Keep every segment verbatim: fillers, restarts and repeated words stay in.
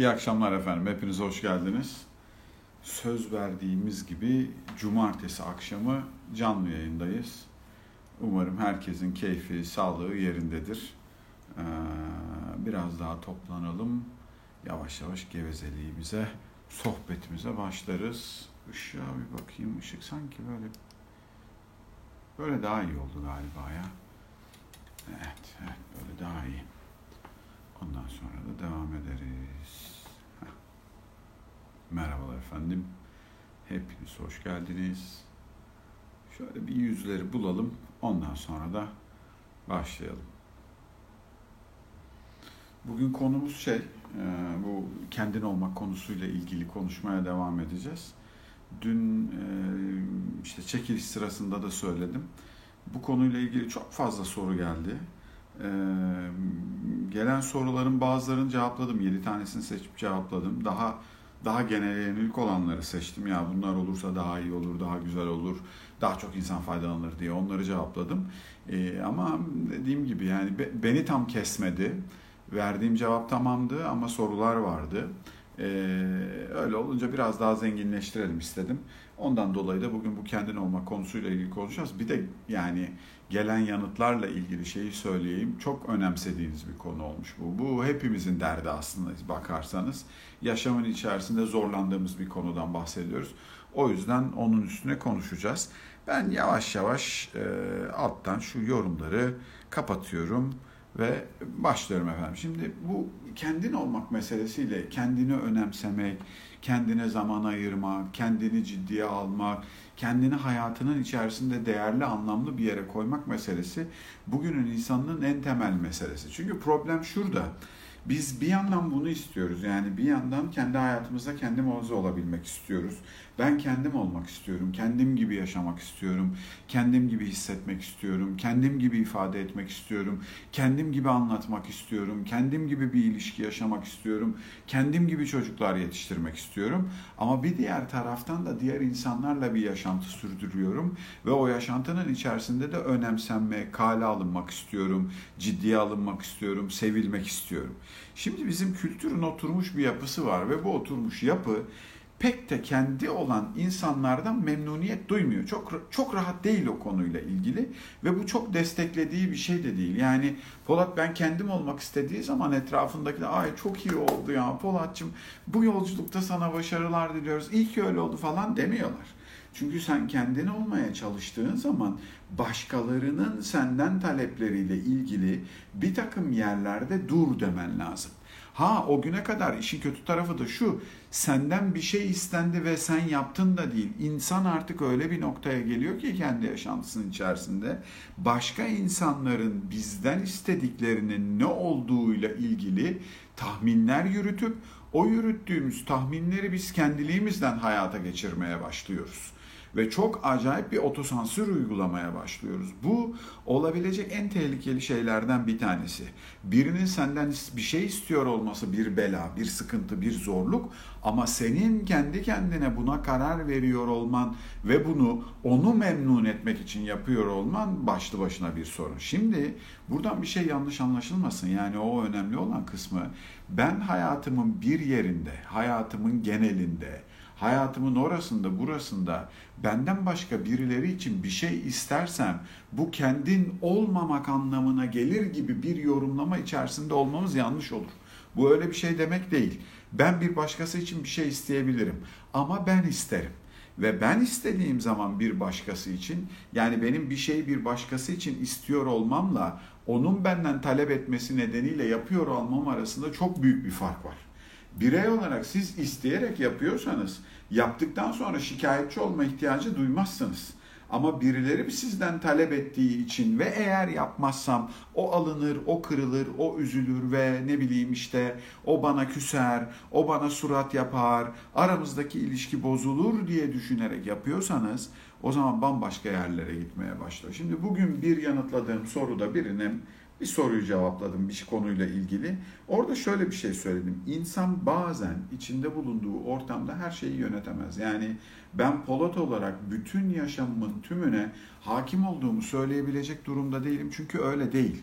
İyi akşamlar efendim. Hepiniz hoş geldiniz. Söz verdiğimiz gibi cumartesi akşamı canlı yayındayız. Umarım herkesin keyfi, sağlığı yerindedir. Ee, biraz daha toplanalım. Yavaş yavaş gevezeliğimize, sohbetimize başlarız. Işığa bir bakayım. Işık sanki böyle böyle daha iyi oldu galiba ya. Evet, evet böyle daha iyi. Ondan sonra da devam ederiz. Heh. Merhabalar efendim. Hepiniz hoş geldiniz. Şöyle bir yüzleri bulalım. Ondan sonra da başlayalım. Bugün konumuz şey, bu kendin olmak konusuyla ilgili konuşmaya devam edeceğiz. Dün işte çekiliş sırasında da söyledim. Bu konuyla ilgili çok fazla soru geldi. Ee, gelen soruların bazılarını cevapladım. Yedi tanesini seçip cevapladım. Daha daha genel yönelik olanları seçtim. Ya bunlar olursa daha iyi olur, daha güzel olur, daha çok insan faydalanır diye onları cevapladım. Ee, ama dediğim gibi yani be, beni tam kesmedi. Verdiğim cevap tamamdı ama sorular vardı. Ee, öyle olunca biraz daha zenginleştirelim istedim. Ondan dolayı da bugün bu kendin olma konusuyla ilgili konuşacağız. Bir de yani gelen yanıtlarla ilgili şeyi söyleyeyim. Çok önemsediğiniz bir konu olmuş bu. Bu hepimizin derdi aslında bakarsanız. Yaşamın içerisinde zorlandığımız bir konudan bahsediyoruz. O yüzden onun üstüne konuşacağız. Ben yavaş yavaş e, alttan şu yorumları kapatıyorum ve başlıyorum efendim. Şimdi bu kendin olmak meselesiyle kendini önemsemek, kendine zaman ayırmak, kendini ciddiye almak, kendini hayatının içerisinde değerli, anlamlı bir yere koymak meselesi bugünün insanının en temel meselesi. Çünkü problem şurada. Biz bir yandan bunu istiyoruz. Yani bir yandan kendi hayatımızda kendimiz olabilmek istiyoruz. Ben kendim olmak istiyorum. Kendim gibi yaşamak istiyorum. Kendim gibi hissetmek istiyorum. Kendim gibi ifade etmek istiyorum. Kendim gibi anlatmak istiyorum. Kendim gibi bir ilişki yaşamak istiyorum. Kendim gibi çocuklar yetiştirmek istiyorum. Ama bir diğer taraftan da diğer insanlarla bir yaşantı sürdürüyorum. Ve o yaşantının içerisinde de önemsenmek, kale alınmak istiyorum. Ciddiye alınmak istiyorum. Sevilmek istiyorum. Şimdi bizim kültürün oturmuş bir yapısı var ve bu oturmuş yapı pek de kendi olan insanlardan memnuniyet duymuyor. Çok çok rahat değil o konuyla ilgili ve bu çok desteklediği bir şey de değil. Yani Polat ben kendim olmak istediği zaman etrafındakiler ay çok iyi oldu ya Polatcığım bu yolculukta sana başarılar diliyoruz. İyi ki öyle oldu falan demiyorlar. Çünkü sen kendin olmaya çalıştığın zaman başkalarının senden talepleriyle ilgili bir takım yerlerde dur demen lazım. Ha o güne kadar işin kötü tarafı da şu, senden bir şey istendi ve sen yaptın da değil. İnsan artık öyle bir noktaya geliyor ki kendi yaşantısının içerisinde başka insanların bizden istediklerinin ne olduğuyla ilgili tahminler yürütüp o yürüttüğümüz tahminleri biz kendiliğimizden hayata geçirmeye başlıyoruz. Ve çok acayip bir otosansür uygulamaya başlıyoruz. Bu olabilecek en tehlikeli şeylerden bir tanesi. Birinin senden bir şey istiyor olması bir bela, bir sıkıntı, bir zorluk. Ama senin kendi kendine buna karar veriyor olman ve bunu onu memnun etmek için yapıyor olman başlı başına bir sorun. Şimdi buradan bir şey yanlış anlaşılmasın. Yani o önemli olan kısmı ben hayatımın bir yerinde, hayatımın genelinde, hayatımın orasında burasında benden başka birileri için bir şey istersem bu kendin olmamak anlamına gelir gibi bir yorumlama içerisinde olmamız yanlış olur. Bu öyle bir şey demek değil. Ben bir başkası için bir şey isteyebilirim ama ben isterim. Ve ben istediğim zaman bir başkası için yani benim bir şeyi bir başkası için istiyor olmamla onun benden talep etmesi nedeniyle yapıyor olmam arasında çok büyük bir fark var. Birey olarak siz isteyerek yapıyorsanız yaptıktan sonra şikayetçi olma ihtiyacı duymazsınız. Ama birileri sizden talep ettiği için ve eğer yapmazsam o alınır, o kırılır, o üzülür ve ne bileyim işte o bana küser, o bana surat yapar, aramızdaki ilişki bozulur diye düşünerek yapıyorsanız o zaman bambaşka yerlere gitmeye başlar. Şimdi bugün bir yanıtladığım soruda birinin bir soruyu cevapladım bir konuyla ilgili. Orada şöyle bir şey söyledim. İnsan bazen içinde bulunduğu ortamda her şeyi yönetemez. Yani ben Polat olarak bütün yaşamımın tümüne hakim olduğumu söyleyebilecek durumda değilim. Çünkü öyle değil.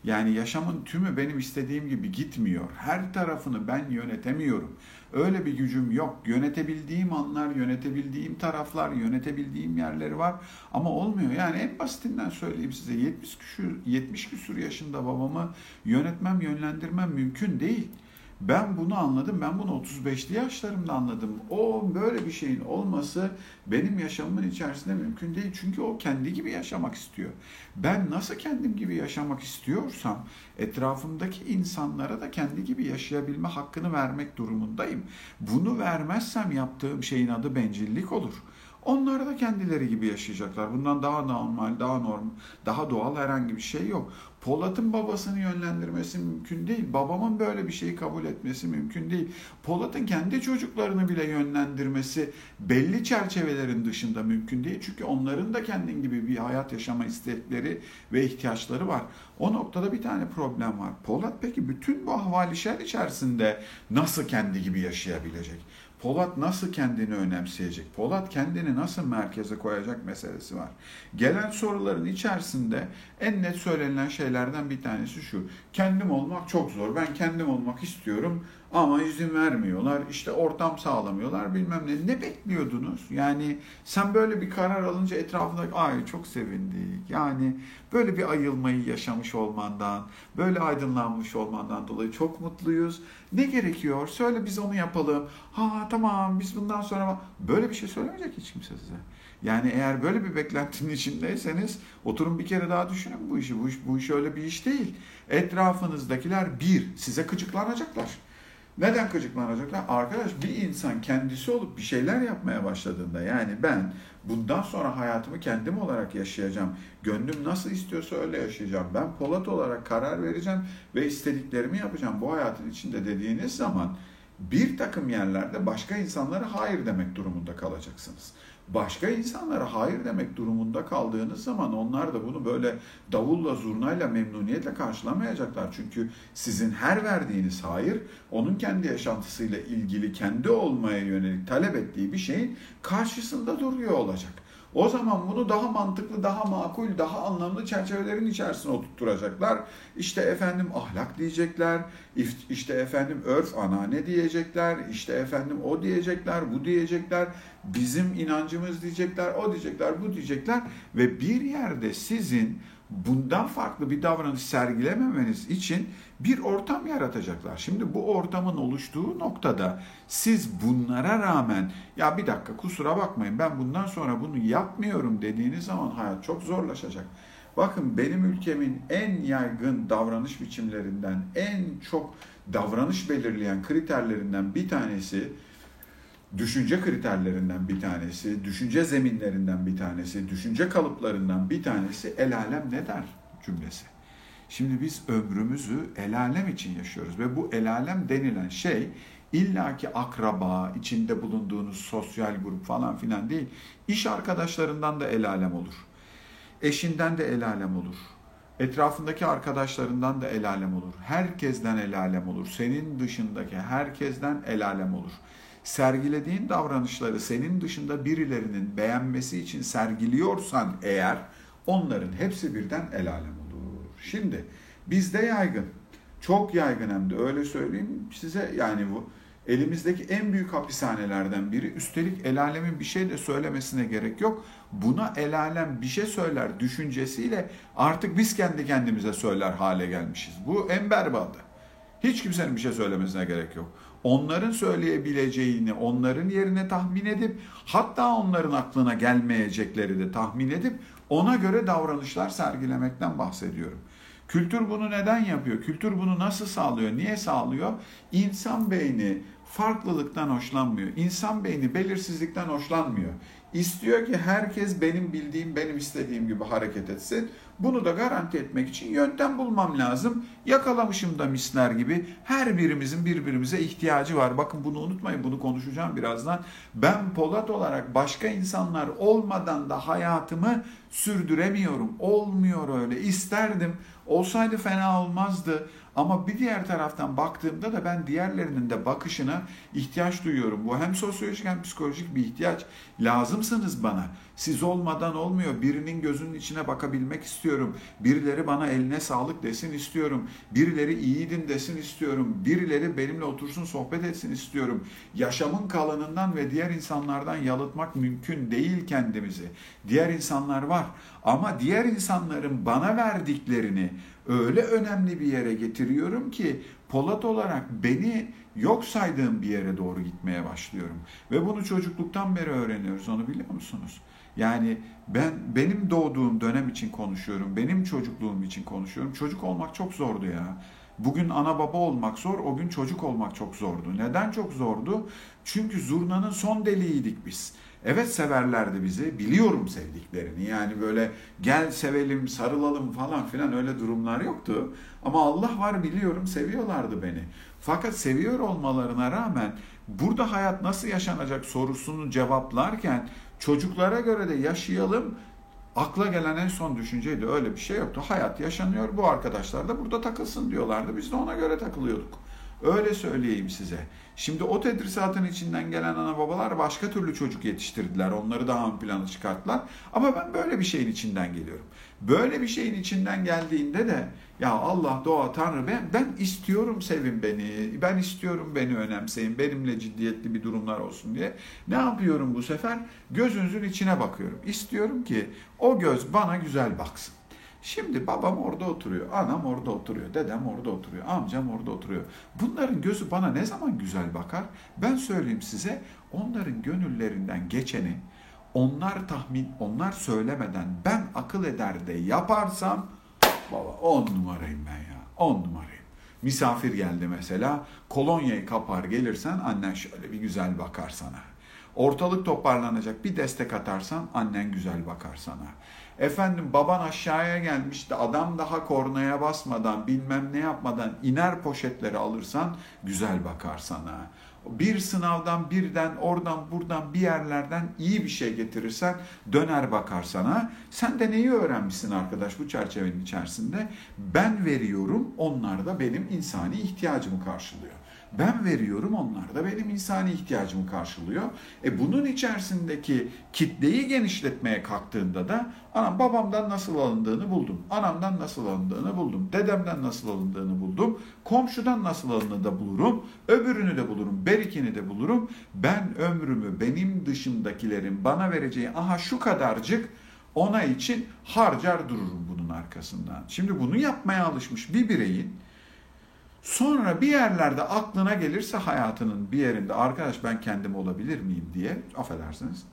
Yani yaşamın tümü benim istediğim gibi gitmiyor. Her tarafını ben yönetemiyorum. Öyle bir gücüm yok. Yönetebildiğim anlar, yönetebildiğim taraflar, yönetebildiğim yerleri var ama olmuyor. Yani en basitinden söyleyeyim size, yetmiş küsur, yetmiş küsur yaşında babamı yönetmem, yönlendirmem mümkün değil. Ben bunu anladım. Ben bunu otuz beşli yaşlarımda anladım. O böyle bir şeyin olması benim yaşamımın içerisinde mümkün değil. Çünkü o kendi gibi yaşamak istiyor. Ben nasıl kendim gibi yaşamak istiyorsam etrafımdaki insanlara da kendi gibi yaşayabilme hakkını vermek durumundayım. Bunu vermezsem yaptığım şeyin adı bencillik olur. Onlar da kendileri gibi yaşayacaklar. Bundan daha normal, daha normal, daha doğal herhangi bir şey yok. Polat'ın babasını yönlendirmesi mümkün değil. Babamın böyle bir şeyi kabul etmesi mümkün değil. Polat'ın kendi çocuklarını bile yönlendirmesi belli çerçevelerin dışında mümkün değil. Çünkü onların da kendin gibi bir hayat yaşama istekleri ve ihtiyaçları var. O noktada bir tane problem var. Polat peki bütün bu ahvalişer içerisinde nasıl kendi gibi yaşayabilecek? Polat nasıl kendini önemseyecek? Polat kendini nasıl merkeze koyacak meselesi var. Gelen soruların içerisinde en net söylenilen şeylerden bir tanesi şu. Kendim olmak çok zor. Ben kendim olmak istiyorum ama izin vermiyorlar. İşte ortam sağlamıyorlar bilmem ne. Ne bekliyordunuz? Yani sen böyle bir karar alınca etrafında ay çok sevindik. Yani böyle bir ayılmayı yaşamış olmandan, böyle aydınlanmış olmandan dolayı çok mutluyuz. Ne gerekiyor? Söyle biz onu yapalım. Ha tamam biz bundan sonra böyle bir şey söylemeyecek hiç kimse size. Yani eğer böyle bir beklentinin içindeyseniz oturun bir kere daha düşünün bu işi. Bu iş, bu iş öyle bir iş değil. Etrafınızdakiler bir, size gıcıklanacaklar. Neden gıcıklanacaklar? Arkadaş bir insan kendisi olup bir şeyler yapmaya başladığında yani ben bundan sonra hayatımı kendim olarak yaşayacağım. Gönlüm nasıl istiyorsa öyle yaşayacağım. Ben Polat olarak karar vereceğim ve istediklerimi yapacağım bu hayatın içinde dediğiniz zaman bir takım yerlerde başka insanlara hayır demek durumunda kalacaksınız. Başka insanlara hayır demek durumunda kaldığınız zaman onlar da bunu böyle davulla zurnayla memnuniyetle karşılamayacaklar. Çünkü sizin her verdiğiniz hayır onun kendi yaşantısıyla ilgili kendi olmaya yönelik talep ettiği bir şeyin karşısında duruyor olacak. O zaman bunu daha mantıklı, daha makul, daha anlamlı çerçevelerin içerisine oturtturacaklar. İşte efendim ahlak diyecekler, işte efendim örf anane diyecekler, işte efendim o diyecekler, bu diyecekler, bizim inancımız diyecekler, o diyecekler, bu diyecekler ve bir yerde sizin bundan farklı bir davranış sergilememeniz için bir ortam yaratacaklar. Şimdi bu ortamın oluştuğu noktada siz bunlara rağmen ya bir dakika kusura bakmayın ben bundan sonra bunu yapmıyorum dediğiniz zaman hayat çok zorlaşacak. Bakın benim ülkemin en yaygın davranış biçimlerinden, en çok davranış belirleyen kriterlerinden bir tanesi, düşünce kriterlerinden bir tanesi, düşünce zeminlerinden bir tanesi, düşünce kalıplarından bir tanesi el alem ne der cümlesi. Şimdi biz ömrümüzü el alem için yaşıyoruz ve bu el alem denilen şey illaki akraba, içinde bulunduğunuz sosyal grup falan filan değil. İş arkadaşlarından da el alem olur. Eşinden de el alem olur. Etrafındaki arkadaşlarından da el alem olur. Herkesten el alem olur. Senin dışındaki herkesten el alem olur. Sergilediğin davranışları senin dışında birilerinin beğenmesi için sergiliyorsan eğer onların hepsi birden el alem olur. Şimdi bizde yaygın, çok yaygın hem de öyle söyleyeyim size yani bu elimizdeki en büyük hapishanelerden biri. Üstelik el alemin bir şey de söylemesine gerek yok. Buna el alem bir şey söyler düşüncesiyle artık biz kendi kendimize söyler hale gelmişiz. Bu en berbatı. Hiç kimsenin bir şey söylemesine gerek yok. Onların söyleyebileceğini onların yerine tahmin edip hatta onların aklına gelmeyecekleri de tahmin edip ona göre davranışlar sergilemekten bahsediyorum. Kültür bunu neden yapıyor? Kültür bunu nasıl sağlıyor? Niye sağlıyor? İnsan beyni farklılıktan hoşlanmıyor. İnsan beyni belirsizlikten hoşlanmıyor. İstiyor ki herkes benim bildiğim, benim istediğim gibi hareket etsin. Bunu da garanti etmek için yöntem bulmam lazım. Yakalamışım da misler gibi her birimizin birbirimize ihtiyacı var. Bakın bunu unutmayın, bunu konuşacağım birazdan. Ben Polat olarak başka insanlar olmadan da hayatımı sürdüremiyorum. Olmuyor öyle. İsterdim. Olsaydı fena olmazdı. Ama bir diğer taraftan baktığımda da ben diğerlerinin de bakışına ihtiyaç duyuyorum. Bu hem sosyolojik hem psikolojik bir ihtiyaç. Lazımsınız bana. Siz olmadan olmuyor. Birinin gözünün içine bakabilmek istiyorum. Birileri bana eline sağlık desin istiyorum. Birileri iyiydin desin istiyorum. Birileri benimle otursun sohbet etsin istiyorum. Yaşamın kalanından ve diğer insanlardan yalıtmak mümkün değil kendimizi. Diğer insanlar var. Ama diğer insanların bana verdiklerini öyle önemli bir yere getiriyorum ki Polat olarak beni yok saydığım bir yere doğru gitmeye başlıyorum. Ve bunu çocukluktan beri öğreniyoruz, onu biliyor musunuz? Yani ben benim doğduğum dönem için konuşuyorum, benim çocukluğum için konuşuyorum. Çocuk olmak çok zordu ya. Bugün ana baba olmak zor, o gün çocuk olmak çok zordu. Neden çok zordu? Çünkü zurnanın son deliğiydik biz. Evet, severlerdi bizi, biliyorum sevdiklerini. Yani böyle gel sevelim, sarılalım falan filan öyle durumlar yoktu. Ama Allah var, biliyorum, seviyorlardı beni. Fakat seviyor olmalarına rağmen burada hayat nasıl yaşanacak sorusunu cevaplarken çocuklara göre de yaşayalım, akla gelen en son düşünceydi. Öyle bir şey yoktu. Hayat yaşanıyor, bu arkadaşlar da burada takılsın diyorlardı. Biz de ona göre takılıyorduk. Öyle söyleyeyim size. Şimdi o tedrisatın içinden gelen ana babalar başka türlü çocuk yetiştirdiler. Onları daha ön plana çıkarttılar. Ama ben böyle bir şeyin içinden geliyorum. Böyle bir şeyin içinden geldiğinde de ya Allah, doğa, Tanrı, ben, ben istiyorum sevin beni. Ben istiyorum beni önemseyin. Benimle ciddiyetli bir durumlar olsun diye. Ne yapıyorum bu sefer? Gözünüzün içine bakıyorum. İstiyorum ki o göz bana güzel baksın. Şimdi babam orada oturuyor, anam orada oturuyor, dedem orada oturuyor, amcam orada oturuyor. Bunların gözü bana ne zaman güzel bakar? Ben söyleyeyim size, onların gönüllerinden geçeni, onlar tahmin, onlar söylemeden ben akıl eder de yaparsam, baba on numarayım ben ya, on numarayım. Misafir geldi mesela, kolonyayı kapar gelirsen annen şöyle bir güzel bakar sana. Ortalık toparlanacak, bir destek atarsan annen güzel bakar sana. Efendim baban aşağıya gelmişti, adam daha kornaya basmadan bilmem ne yapmadan iner poşetleri alırsan güzel bakar sana. Bir sınavdan birden oradan buradan bir yerlerden iyi bir şey getirirsen döner bakar sana. Sen de neyi öğrenmişsin arkadaş bu çerçevenin içerisinde? Ben veriyorum, onlar da benim insani ihtiyacımı karşılıyor. Ben veriyorum, onlar da benim insani ihtiyacımı karşılıyor. E bunun içerisindeki kitleyi genişletmeye kalktığında da anam babamdan nasıl alındığını buldum. Anamdan nasıl alındığını buldum. Dedemden nasıl alındığını buldum. Komşudan nasıl alındığını da bulurum. Öbürünü de bulurum. Berikini de bulurum. Ben ömrümü benim dışımdakilerin bana vereceği aha şu kadarcık ona için harcar dururum bunun arkasından. Şimdi bunu yapmaya alışmış bir bireyin sonra bir yerlerde aklına gelirse hayatının bir yerinde arkadaş ben kendim olabilir miyim diye, affedersiniz,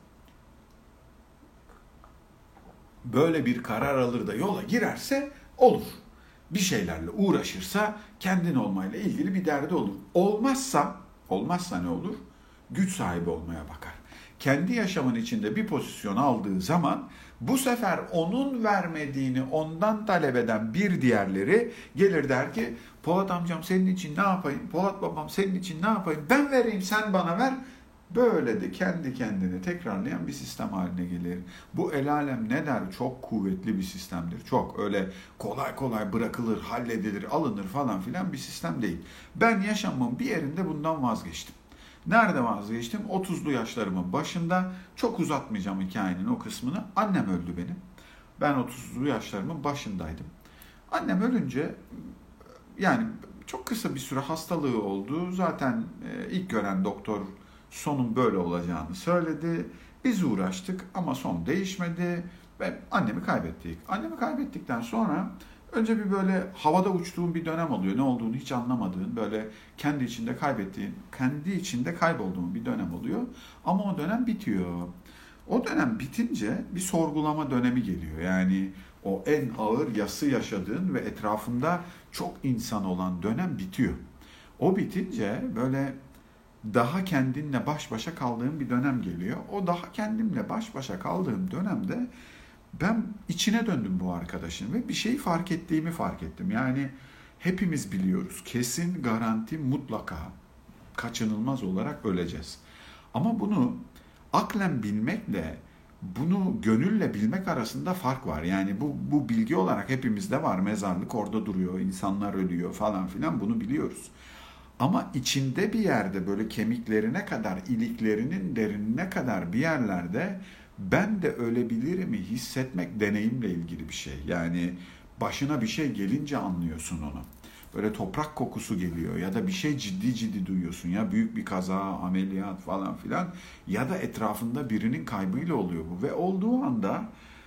böyle bir karar alır da yola girerse olur. Bir şeylerle uğraşırsa kendin olmayla ilgili bir derdi olur. Olmazsa, olmazsa ne olur? Güç sahibi olmaya bakar. Kendi yaşamın içinde bir pozisyon aldığı zaman bu sefer onun vermediğini ondan talep eden bir diğerleri gelir der ki Polat amcam senin için ne yapayım? Polat babam senin için ne yapayım? Ben vereyim sen bana ver. Böyle de kendi kendine tekrarlayan bir sistem haline gelir. Bu el alem ne der? Çok kuvvetli bir sistemdir. Çok öyle kolay kolay bırakılır, halledilir, alınır falan filan bir sistem değil. Ben yaşamımın bir yerinde bundan vazgeçtim. Nerede vazgeçtim? otuzlu yaşlarımın başında, çok uzatmayacağım hikayenin o kısmını. Annem öldü benim. Ben otuzlu yaşlarımın başındaydım. Annem ölünce yani çok kısa bir süre hastalığı oldu. Zaten ilk gören doktor sonun böyle olacağını söyledi. Biz uğraştık ama son değişmedi ve annemi kaybettik. Annemi kaybettikten sonra önce bir böyle havada uçtuğun bir dönem oluyor. Ne olduğunu hiç anlamadığın, böyle kendi içinde kaybettiğin, kendi içinde kaybolduğun bir dönem oluyor. Ama o dönem bitiyor. O dönem bitince bir sorgulama dönemi geliyor. Yani o en ağır yası yaşadığın ve etrafında çok insan olan dönem bitiyor. O bitince böyle daha kendinle baş başa kaldığım bir dönem geliyor. O daha kendimle baş başa kaldığım dönemde ben içine döndüm bu arkadaşın ve bir şeyi fark ettiğimi fark ettim. Yani hepimiz biliyoruz, kesin, garanti, mutlaka, kaçınılmaz olarak öleceğiz. Ama bunu aklen bilmekle bunu gönülle bilmek arasında fark var. Yani bu, bu bilgi olarak hepimizde var. Mezarlık orada duruyor, insanlar ölüyor falan filan, bunu biliyoruz. Ama içinde bir yerde böyle kemiklerine kadar, iliklerinin derinine kadar bir yerlerde Ben de ölebilirimi hissetmek deneyimle ilgili bir şey. Yani başına bir şey gelince anlıyorsun onu. Böyle toprak kokusu geliyor ya da bir şey ciddi ciddi duyuyorsun ya, büyük bir kaza, ameliyat falan filan, ya da etrafında birinin kaybıyla oluyor bu ve olduğu anda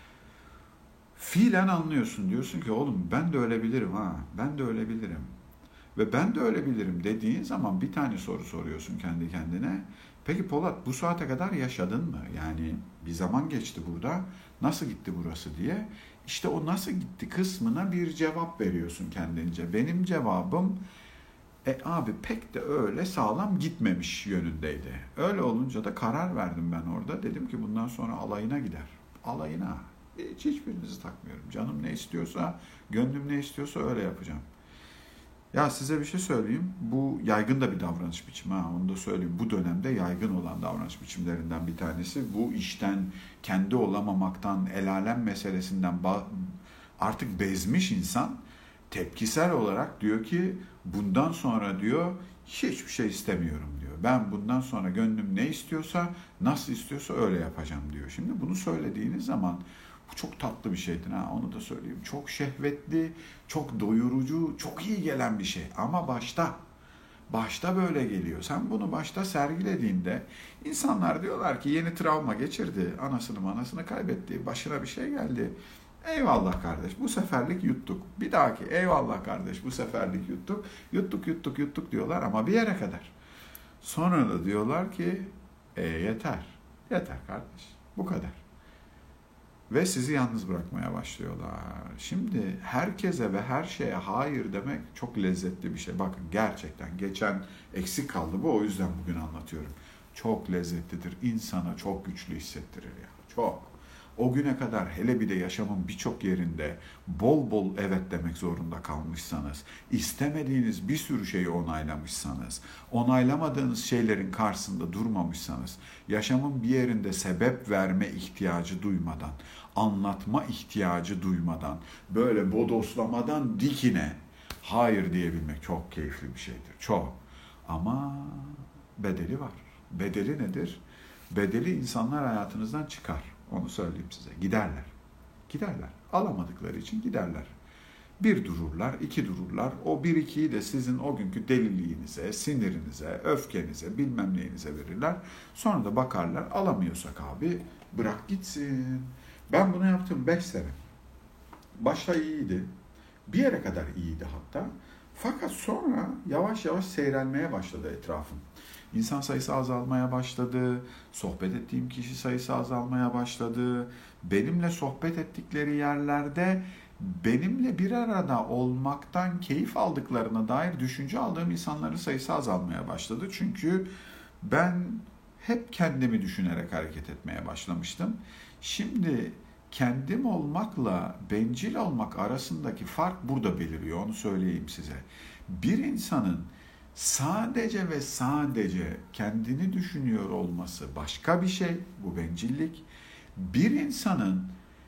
fiilen anlıyorsun, diyorsun ki oğlum ben de ölebilirim ha, ben de ölebilirim ve ben de ölebilirim dediğin zaman bir tane soru soruyorsun kendi kendine. Peki Polat, bu saate kadar yaşadın mı? Yani bir zaman geçti burada, nasıl gitti burası diye. İşte o nasıl gitti kısmına bir cevap veriyorsun kendince. Benim cevabım e abi pek de öyle sağlam gitmemiş yönündeydi. Öyle olunca da karar verdim ben orada. Dedim ki bundan sonra alayına gider. Alayına. Hiç hiçbirinizi takmıyorum. Canım ne istiyorsa, gönlüm ne istiyorsa öyle yapacağım. Ya size bir şey söyleyeyim. Bu yaygın da bir davranış biçimi ha. Onu da söyleyeyim. Bu dönemde yaygın olan davranış biçimlerinden bir tanesi. Bu işten, kendi olamamaktan, el alem meselesinden artık bezmiş insan tepkisel olarak diyor ki bundan sonra diyor hiçbir şey istemiyorum diyor. Ben bundan sonra gönlüm ne istiyorsa, nasıl istiyorsa öyle yapacağım diyor. Şimdi bunu söylediğiniz zaman bu çok tatlı bir şeydir ha, onu da söyleyeyim. Çok şehvetli, çok doyurucu, çok iyi gelen bir şey. Ama başta, başta böyle geliyor. Sen bunu başta sergilediğinde insanlar diyorlar ki yeni travma geçirdi, anasını manasını kaybetti, başına bir şey geldi. Eyvallah kardeş, bu seferlik yuttuk. Bir dahaki eyvallah kardeş, bu seferlik yuttuk. Yuttuk, yuttuk, yuttuk diyorlar ama bir yere kadar. Sonra da diyorlar ki e, yeter, yeter kardeş, bu kadar. Ve sizi yalnız bırakmaya başlıyorlar. Şimdi herkese ve her şeye hayır demek çok lezzetli bir şey. Bakın gerçekten geçen eksik kaldı bu, o yüzden bugün anlatıyorum. Çok lezzetlidir, insana çok güçlü hissettirir ya, çok. O güne kadar hele bir de yaşamın birçok yerinde bol bol evet demek zorunda kalmışsanız, istemediğiniz bir sürü şeyi onaylamışsanız, onaylamadığınız şeylerin karşısında durmamışsanız, yaşamın bir yerinde sebep verme ihtiyacı duymadan, anlatma ihtiyacı duymadan, böyle bodoslamadan dikine hayır diyebilmek çok keyifli bir şeydir. Çok. Ama bedeli var. Bedeli nedir? Bedeli insanlar hayatınızdan çıkar. Onu söyleyeyim size. Giderler. Giderler. Alamadıkları için giderler. Bir dururlar, iki dururlar. O bir ikiyi de sizin o günkü deliliğinize, sinirinize, öfkenize, bilmem neyinize verirler. Sonra da bakarlar, alamıyorsak abi bırak gitsin. Ben bunu yaptım beş sene. Başta iyiydi. Bir yere kadar iyiydi hatta. Fakat sonra yavaş yavaş seyrelmeye başladı etrafım. İnsan sayısı azalmaya başladı, sohbet ettiğim kişi sayısı azalmaya başladı. Benimle sohbet ettikleri yerlerde benimle bir arada olmaktan keyif aldıklarına dair düşünce aldığım insanların sayısı azalmaya başladı. Çünkü ben hep kendimi düşünerek hareket etmeye başlamıştım. Şimdi kendim olmakla bencil olmak arasındaki fark burada beliriyor, onu söyleyeyim size. Bir insanın sadece ve sadece kendini düşünüyor olması başka bir şey, bu bencillik. Bir insanın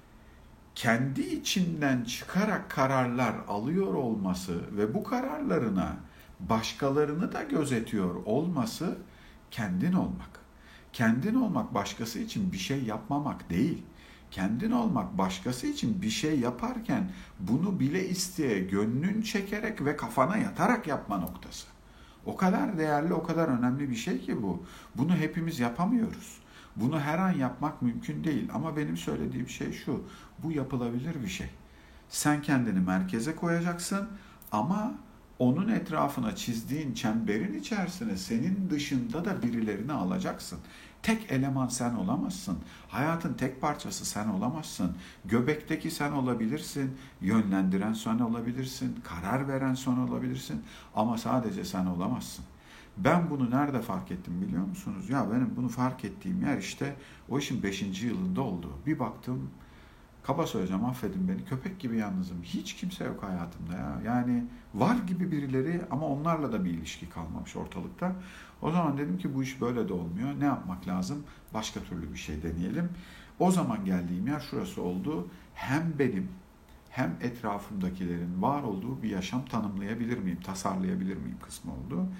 kendi içinden çıkarak kararlar alıyor olması ve bu kararlarına başkalarını da gözetiyor olması kendin olmak. Kendin olmak başkası için bir şey yapmamak değil. Kendin olmak başkası için bir şey yaparken bunu bile isteye, gönlün çekerek ve kafana yatarak yapma noktası. O kadar değerli, o kadar önemli bir şey ki bu. Bunu hepimiz yapamıyoruz. Bunu her an yapmak mümkün değil. Ama benim söylediğim şey şu, bu yapılabilir bir şey. Sen kendini merkeze koyacaksın ama onun etrafına çizdiğin çemberin içerisine senin dışında da birilerini alacaksın. Tek eleman sen olamazsın. Hayatın tek parçası sen olamazsın. Göbekteki sen olabilirsin. Yönlendiren sen olabilirsin. Karar veren sen olabilirsin. Ama sadece sen olamazsın. Ben bunu nerede fark ettim biliyor musunuz? Ya benim bunu fark ettiğim yer işte o işin beşinci yılında oldu. Bir baktım, kaba söyleyeceğim, affedin beni, köpek gibi yalnızım. Hiç kimse yok hayatımda ya. Yani var gibi birileri ama onlarla da bir ilişki kalmamış ortalıkta. O zaman dedim ki bu iş böyle de olmuyor. Ne yapmak lazım? Başka türlü bir şey deneyelim. O zaman geldiğim yer şurası oldu. Hem benim hem etrafımdakilerin var olduğu bir yaşam tanımlayabilir miyim, tasarlayabilir miyim kısmı oldu.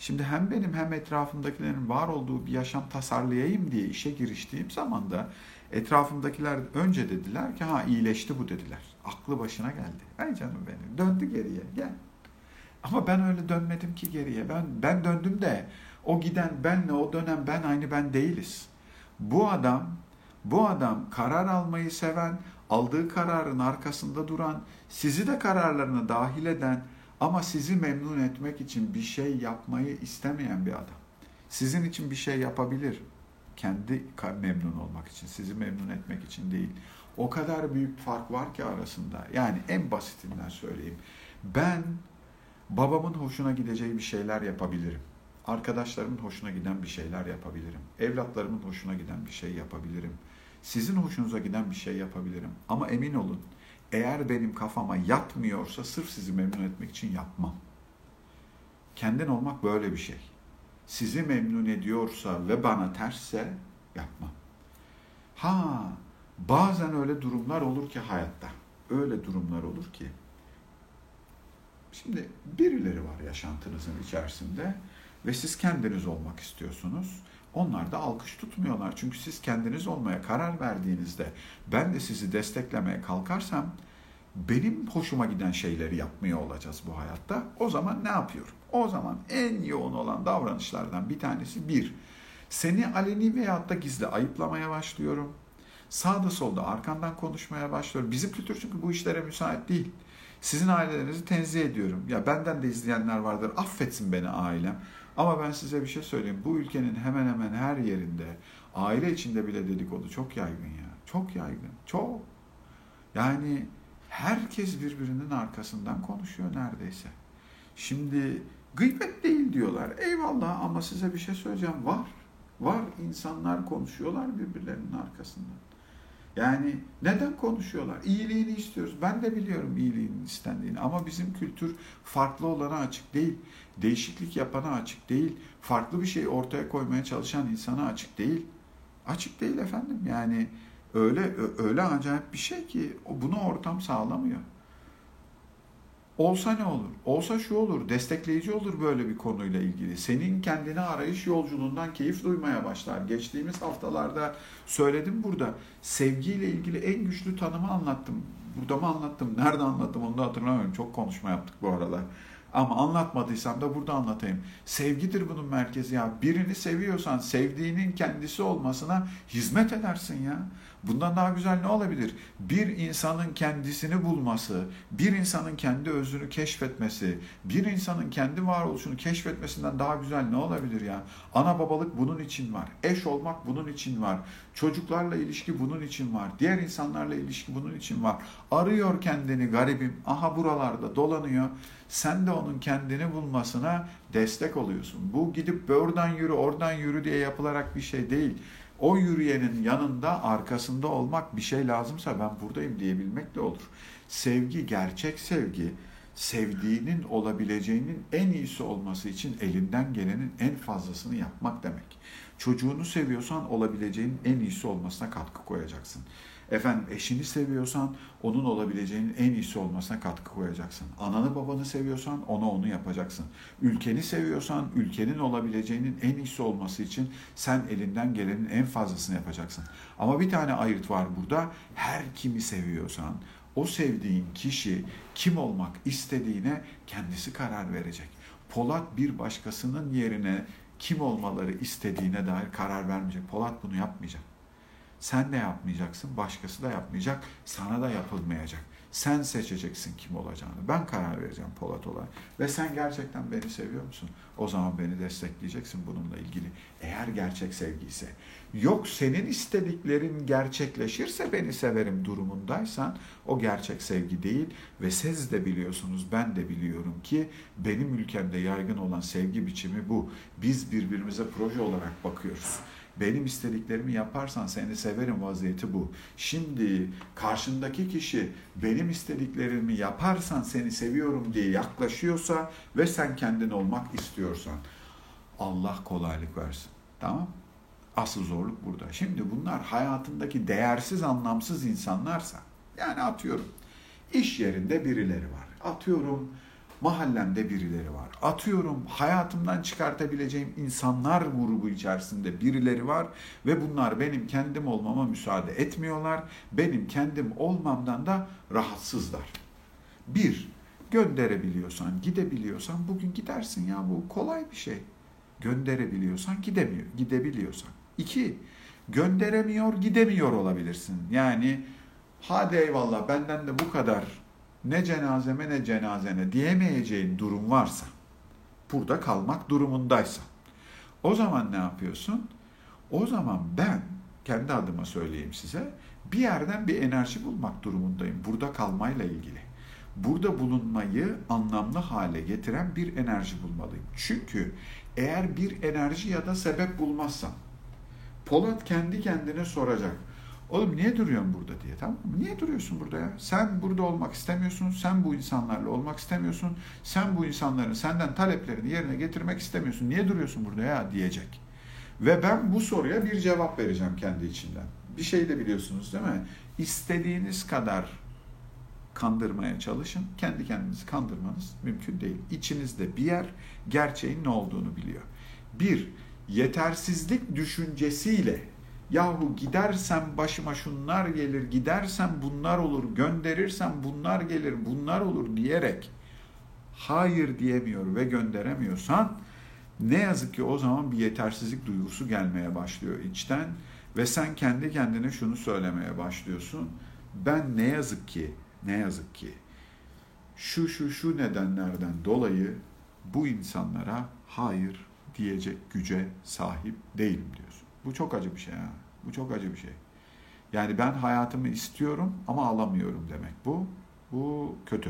Şimdi hem benim hem etrafımdakilerin var olduğu bir yaşam tasarlayayım diye işe giriştiğim zaman da etrafımdakiler önce dediler ki ha iyileşti bu dediler. Aklı başına geldi. Ay canım benim. Döndü geriye. Gel. Ama ben öyle dönmedim ki geriye. Ben ben döndüm de o giden benle o dönem ben aynı ben değiliz. Bu adam bu adam karar almayı seven, aldığı kararın arkasında duran, sizi de kararlarına dahil eden ama sizi memnun etmek için bir şey yapmayı istemeyen bir adam. Sizin için bir şey yapabilir. Kendi memnun olmak için, sizi memnun etmek için değil. O kadar büyük fark var ki arasında. Yani en basitinden söyleyeyim. Ben babamın hoşuna gideceği bir şeyler yapabilirim. Arkadaşlarımın hoşuna giden bir şeyler yapabilirim. Evlatlarımın hoşuna giden bir şey yapabilirim. Sizin hoşunuza giden bir şey yapabilirim. Ama emin olun, eğer benim kafama yatmıyorsa sırf sizi memnun etmek için yapmam. Kendin olmak böyle bir şey. Sizi memnun ediyorsa ve bana tersse yapmam. Ha, bazen öyle durumlar olur ki hayatta. Öyle durumlar olur ki. Şimdi birileri var yaşantınızın içerisinde ve siz kendiniz olmak istiyorsunuz. Onlar da alkış tutmuyorlar. Çünkü siz kendiniz olmaya karar verdiğinizde ben de sizi desteklemeye kalkarsam benim hoşuma giden şeyleri yapmıyor olacağız bu hayatta. O zaman ne yapıyorum? O zaman en yoğun olan davranışlardan bir tanesi bir. Seni aleni veyahut da gizli ayıplamaya başlıyorum. Sağda solda arkandan konuşmaya başlıyorum. Bizim kültür çünkü bu işlere müsait değil. Sizin ailelerinizi tenzih ediyorum. Ya benden de izleyenler vardır. Affetsin beni ailem. Ama ben size bir şey söyleyeyim. Bu ülkenin hemen hemen her yerinde aile içinde bile dedikodu çok yaygın ya. Çok yaygın. Çok. Yani herkes birbirinin arkasından konuşuyor neredeyse. Şimdi gıybet değil diyorlar. Eyvallah ama size bir şey söyleyeceğim. Var. Var. İnsanlar konuşuyorlar birbirlerinin arkasından. Yani neden konuşuyorlar? İyiliğini istiyoruz. Ben de biliyorum iyiliğinin istendiğini ama bizim kültür farklı olana açık değil. Değişiklik yapana açık değil. Farklı bir şey ortaya koymaya çalışan insana açık değil. Açık değil efendim. Yani öyle öyle acayip bir şey ki bunu ortam sağlamıyor. Olsa ne olur? Olsa şu olur, destekleyici olur böyle bir konuyla ilgili. Senin kendine arayış yolculuğundan keyif duymaya başlar. Geçtiğimiz haftalarda söyledim burada. Sevgiyle ilgili en güçlü tanımı anlattım. Burada mı anlattım? Nerede anlattım onu da hatırlamıyorum. Çok konuşma yaptık bu aralar. Ama anlatmadıysam da burada anlatayım. Sevgidir bunun merkezi ya. Birini seviyorsan sevdiğinin kendisi olmasına hizmet edersin ya. Bundan daha güzel ne olabilir? Bir insanın kendisini bulması, bir insanın kendi özünü keşfetmesi, bir insanın kendi varoluşunu keşfetmesinden daha güzel ne olabilir ya? Ana babalık bunun için var. Eş olmak bunun için var. Çocuklarla ilişki bunun için var. Diğer insanlarla ilişki bunun için var. Arıyor kendini garibim. Aha buralarda dolanıyor. Sen de onun kendini bulmasına destek oluyorsun. Bu gidip oradan yürü, oradan yürü diye yapılarak bir şey değil. O yürüyenin yanında, arkasında olmak bir şey lazımsa ben buradayım diyebilmekle olur. Sevgi, gerçek sevgi, sevdiğinin olabileceğinin en iyisi olması için elinden gelenin en fazlasını yapmak demek. Çocuğunu seviyorsan olabileceğinin en iyisi olmasına katkı koyacaksın. Efendim eşini seviyorsan onun olabileceğinin en iyisi olmasına katkı koyacaksın. Ananı babanı seviyorsan ona onu yapacaksın. Ülkeni seviyorsan ülkenin olabileceğinin en iyisi olması için sen elinden gelenin en fazlasını yapacaksın. Ama bir tane ayırt var burada. Her kimi seviyorsan o sevdiğin kişi kim olmak istediğine kendisi karar verecek. Polat bir başkasının yerine kim olmaları istediğine dair karar vermeyecek. Polat bunu yapmayacak. Sen de yapmayacaksın, başkası da yapmayacak, sana da yapılmayacak. Sen seçeceksin kim olacağını. Ben karar vereceğim Polat olarak. Ve sen gerçekten beni seviyor musun? O zaman beni destekleyeceksin bununla ilgili. Eğer gerçek sevgi ise. Yok senin istediklerin gerçekleşirse beni severim durumundaysan o gerçek sevgi değil. Ve siz de biliyorsunuz, ben de biliyorum ki benim ülkemde yaygın olan sevgi biçimi bu. Biz birbirimize proje olarak bakıyoruz. Benim istediklerimi yaparsan seni severim vaziyeti bu. Şimdi karşındaki kişi benim istediklerimi yaparsan seni seviyorum diye yaklaşıyorsa ve sen kendin olmak istiyorsan Allah kolaylık versin. Tamam? Asıl zorluk burada. Şimdi bunlar hayatındaki değersiz, anlamsız insanlarsa, yani atıyorum iş yerinde birileri var. Atıyorum mahallemde birileri var. Atıyorum hayatımdan çıkartabileceğim insanlar grubu içerisinde birileri var ve bunlar benim kendim olmama müsaade etmiyorlar. Benim kendim olmamdan da rahatsızlar. Bir, gönderebiliyorsan, gidebiliyorsan bugün gidersin ya, bu kolay bir şey. Gönderebiliyorsan gidemiyor, gidebiliyorsan. İki, gönderemiyor, gidemiyor olabilirsin. Yani hadi eyvallah benden de bu kadar, ne cenazeme ne cenazene diyemeyeceğin durum varsa, burada kalmak durumundaysa, o zaman ne yapıyorsun? O zaman ben kendi adıma söyleyeyim size, bir yerden bir enerji bulmak durumundayım burada kalmayla ilgili. Burada bulunmayı anlamlı hale getiren bir enerji bulmalıyım. Çünkü eğer bir enerji ya da sebep bulmazsam, Polat kendi kendine soracak. Oğlum niye duruyorsun burada diye, tamam mı? Niye duruyorsun burada ya? Sen burada olmak istemiyorsun, sen bu insanlarla olmak istemiyorsun, sen bu insanların senden taleplerini yerine getirmek istemiyorsun. Niye duruyorsun burada ya diyecek. Ve ben bu soruya bir cevap vereceğim kendi içimden. Bir şey de biliyorsunuz değil mi? İstediğiniz kadar kandırmaya çalışın. Kendi kendinizi kandırmanız mümkün değil. İçinizde bir yer gerçeğin ne olduğunu biliyor. Bir, yetersizlik düşüncesiyle yahu gidersem başıma şunlar gelir, gidersem bunlar olur, gönderirsem bunlar gelir, bunlar olur diyerek hayır diyemiyor ve gönderemiyorsan ne yazık ki o zaman bir yetersizlik duygusu gelmeye başlıyor içten ve sen kendi kendine şunu söylemeye başlıyorsun. Ben ne yazık ki, ne yazık ki şu şu şu nedenlerden dolayı bu insanlara hayır diyecek güce sahip değilim diyorsun. Bu çok acı bir şey ha. Bu çok acı bir şey. Yani ben hayatımı istiyorum ama alamıyorum demek bu. Bu kötü.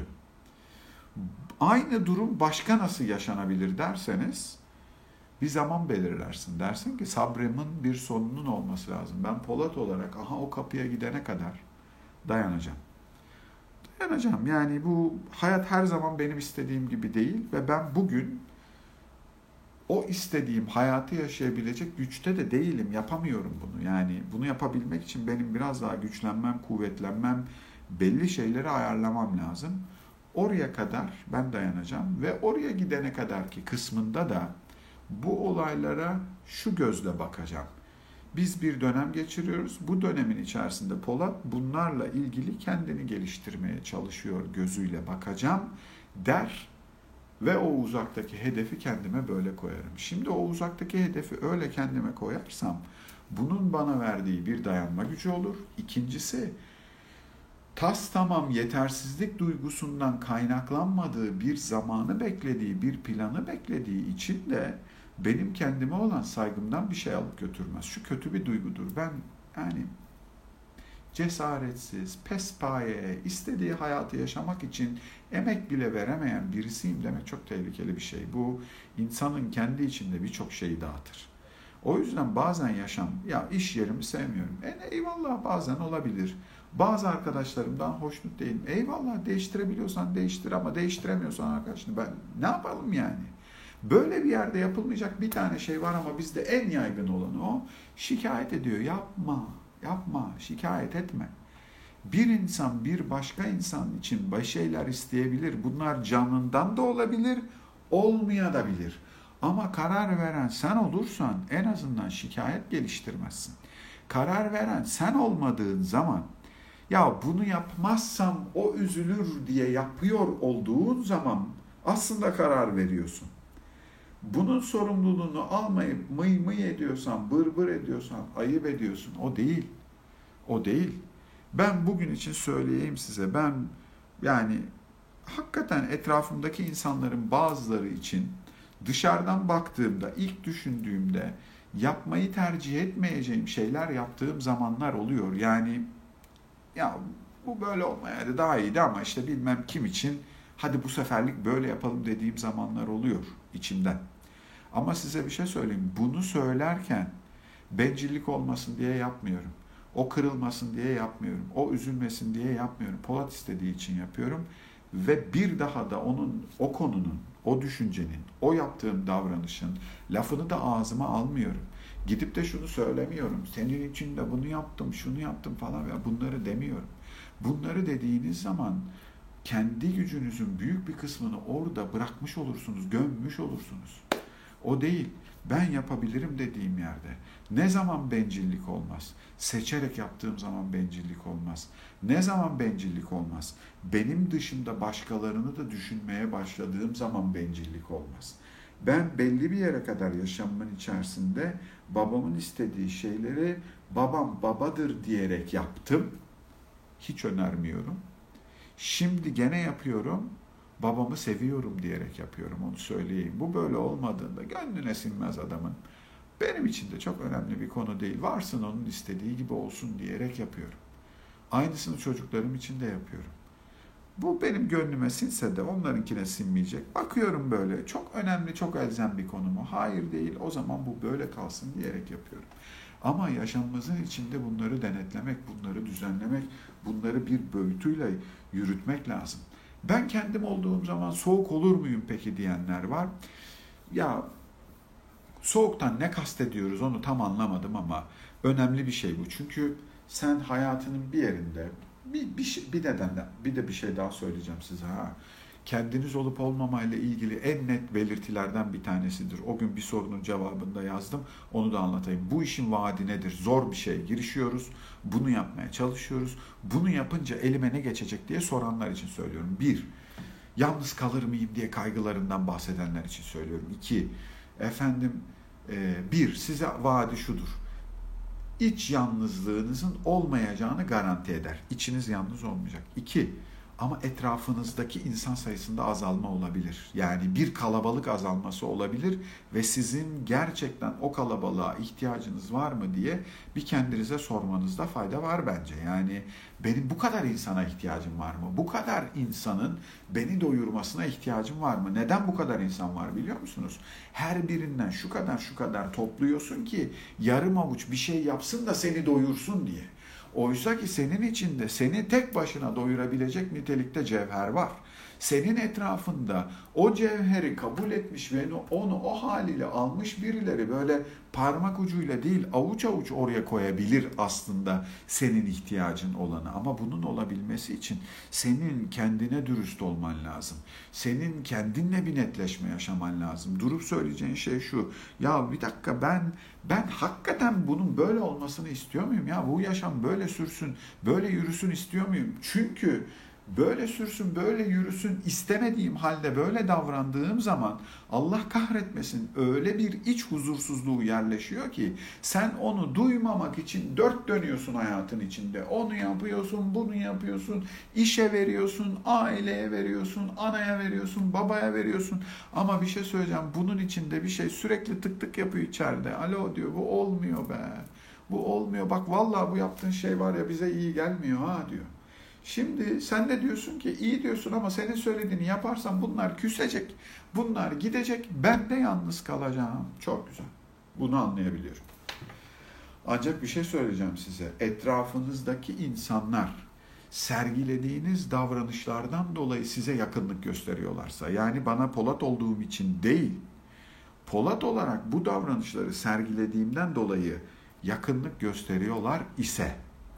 Aynı durum başka nasıl yaşanabilir derseniz bir zaman belirlersin. Dersin ki sabrımın bir sonunun olması lazım. Ben Polat olarak aha o kapıya gidene kadar dayanacağım. Dayanacağım. Yani bu hayat her zaman benim istediğim gibi değil ve ben bugün o istediğim hayatı yaşayabilecek güçte de değilim. Yapamıyorum bunu. Yani bunu yapabilmek için benim biraz daha güçlenmem, kuvvetlenmem, belli şeyleri ayarlamam lazım. Oraya kadar ben dayanacağım ve oraya gidene kadar ki kısmında da bu olaylara şu gözle bakacağım. Biz bir dönem geçiriyoruz. Bu dönemin içerisinde Polat bunlarla ilgili kendini geliştirmeye çalışıyor gözüyle bakacağım der ve o uzaktaki hedefi kendime böyle koyarım. Şimdi o uzaktaki hedefi öyle kendime koyarsam bunun bana verdiği bir dayanma gücü olur. İkincisi, tas tamam yetersizlik duygusundan kaynaklanmadığı bir zamanı beklediği, bir planı beklediği için de benim kendime olan saygımdan bir şey alıp götürmez. Şu kötü bir duygudur. Ben yani cesaretsiz, pespaye, istediği hayatı yaşamak için emek bile veremeyen birisiyim demek çok tehlikeli bir şey. Bu insanın kendi içinde birçok şeyi dağıtır. O yüzden bazen yaşam, ya iş yerimi sevmiyorum. E eyvallah bazen olabilir. Bazı arkadaşlarımdan hoşnut değilim. Eyvallah değiştirebiliyorsan değiştir ama değiştiremiyorsan arkadaşını ben ne yapalım yani? Böyle bir yerde yapılmayacak bir tane şey var ama bizde en yaygın olanı o. Şikayet ediyor. Yapma, yapma, şikayet etme. Bir insan bir başka insan için baş şeyler isteyebilir. Bunlar canından da olabilir, olmayabilir. Ama karar veren sen olursan en azından şikayet geliştirmezsin. Karar veren sen olmadığın zaman ya bunu yapmazsam o üzülür diye yapıyor olduğun zaman aslında karar veriyorsun. Bunun sorumluluğunu almayıp mıy mıy ediyorsan, bır bır ediyorsan, ayıp ediyorsun. O değil. O değil. Ben bugün için söyleyeyim size. Ben yani hakikaten etrafımdaki insanların bazıları için dışarıdan baktığımda, ilk düşündüğümde yapmayı tercih etmeyeceğim şeyler yaptığım zamanlar oluyor. Yani ya bu böyle olmayaydı daha iyiydi ama işte bilmem kim için hadi bu seferlik böyle yapalım dediğim zamanlar oluyor içimden. Ama size bir şey söyleyeyim. Bunu söylerken bencillik olmasın diye yapmıyorum. O kırılmasın diye yapmıyorum. O üzülmesin diye yapmıyorum. Polat istediği için yapıyorum. Ve bir daha da onun, o konunun, o düşüncenin, o yaptığım davranışın lafını da ağzıma almıyorum. Gidip de şunu söylemiyorum. Senin için de bunu yaptım, şunu yaptım falan. Bunları demiyorum. Bunları dediğiniz zaman kendi gücünüzün büyük bir kısmını orada bırakmış olursunuz, gömmüş olursunuz. O değil. Ben yapabilirim dediğim yerde. Ne zaman bencillik olmaz? Seçerek yaptığım zaman bencillik olmaz. Ne zaman bencillik olmaz? Benim dışımda başkalarını da düşünmeye başladığım zaman bencillik olmaz. Ben belli bir yere kadar yaşamımın içerisinde babamın istediği şeyleri babam babadır diyerek yaptım. Hiç önermiyorum. Şimdi gene yapıyorum. Babamı seviyorum diyerek yapıyorum, onu söyleyeyim. Bu böyle olmadığında gönlüne sinmez adamın. Benim için de çok önemli bir konu değil. Varsın onun istediği gibi olsun diyerek yapıyorum. Aynısını çocuklarım için de yapıyorum. Bu benim gönlüme sinse de onlarınkine sinmeyecek. Bakıyorum böyle çok önemli, çok elzem bir konu mu? Hayır değil, o zaman bu böyle kalsın diyerek yapıyorum. Ama yaşamımızın içinde bunları denetlemek, bunları düzenlemek, bunları bir boyutuyla yürütmek lazım. Ben kendim olduğum zaman soğuk olur muyum peki diyenler var. Ya soğuktan ne kastediyoruz onu tam anlamadım ama önemli bir şey bu. Çünkü sen hayatının bir yerinde bir, bir, şey, bir nedenle bir de bir şey daha söyleyeceğim size. Ha. Kendiniz olup olmamayla ilgili en net belirtilerden bir tanesidir. O gün bir sorunun cevabında yazdım. Onu da anlatayım. Bu işin vaadi nedir? Zor bir şey. Girişiyoruz. Bunu yapmaya çalışıyoruz. Bunu yapınca elime ne geçecek diye soranlar için söylüyorum. Bir, yalnız kalır mıyım diye kaygılarından bahsedenler için söylüyorum. İki, efendim e, bir, size vaadi şudur. İç yalnızlığınızın olmayacağını garanti eder. İçiniz yalnız olmayacak. İki, ama etrafınızdaki insan sayısında azalma olabilir. Yani bir kalabalık azalması olabilir ve sizin gerçekten o kalabalığa ihtiyacınız var mı diye bir kendinize sormanızda fayda var bence. Yani benim bu kadar insana ihtiyacım var mı? Bu kadar insanın beni doyurmasına ihtiyacım var mı? Neden bu kadar insan var biliyor musunuz? Her birinden şu kadar şu kadar topluyorsun ki yarım avuç bir şey yapsın da seni doyursun diye. Oysa ki senin içinde seni tek başına doyurabilecek nitelikte cevher var. Senin etrafında o cevheri kabul etmiş ve onu o haliyle almış birileri böyle parmak ucuyla değil avuç avuç oraya koyabilir aslında senin ihtiyacın olanı. Ama bunun olabilmesi için senin kendine dürüst olman lazım. Senin kendinle bir netleşme yaşaman lazım. Durup söyleyeceğin şey şu: ya bir dakika, ben ben hakikaten bunun böyle olmasını istiyor muyum? Ya bu yaşam böyle sürsün, böyle yürüsün istiyor muyum? Çünkü böyle sürsün, böyle yürüsün istemediğim halde böyle davrandığım zaman Allah kahretmesin öyle bir iç huzursuzluğu yerleşiyor ki sen onu duymamak için dört dönüyorsun hayatın içinde. Onu yapıyorsun, bunu yapıyorsun, işe veriyorsun, aileye veriyorsun, anaya veriyorsun, babaya veriyorsun. Ama bir şey söyleyeceğim, bunun içinde bir şey sürekli tık tık yapıyor içeride. Alo diyor, bu olmuyor be, bu olmuyor, bak vallahi bu yaptığın şey var ya bize iyi gelmiyor ha diyor. Şimdi sen de diyorsun ki iyi diyorsun ama senin söylediğini yaparsam bunlar küsecek, bunlar gidecek, ben de yalnız kalacağım. Çok güzel. Bunu anlayabiliyorum. Ancak bir şey söyleyeceğim size. Etrafınızdaki insanlar sergilediğiniz davranışlardan dolayı size yakınlık gösteriyorlarsa, yani bana Polat olduğum için değil, Polat olarak bu davranışları sergilediğimden dolayı yakınlık gösteriyorlar ise,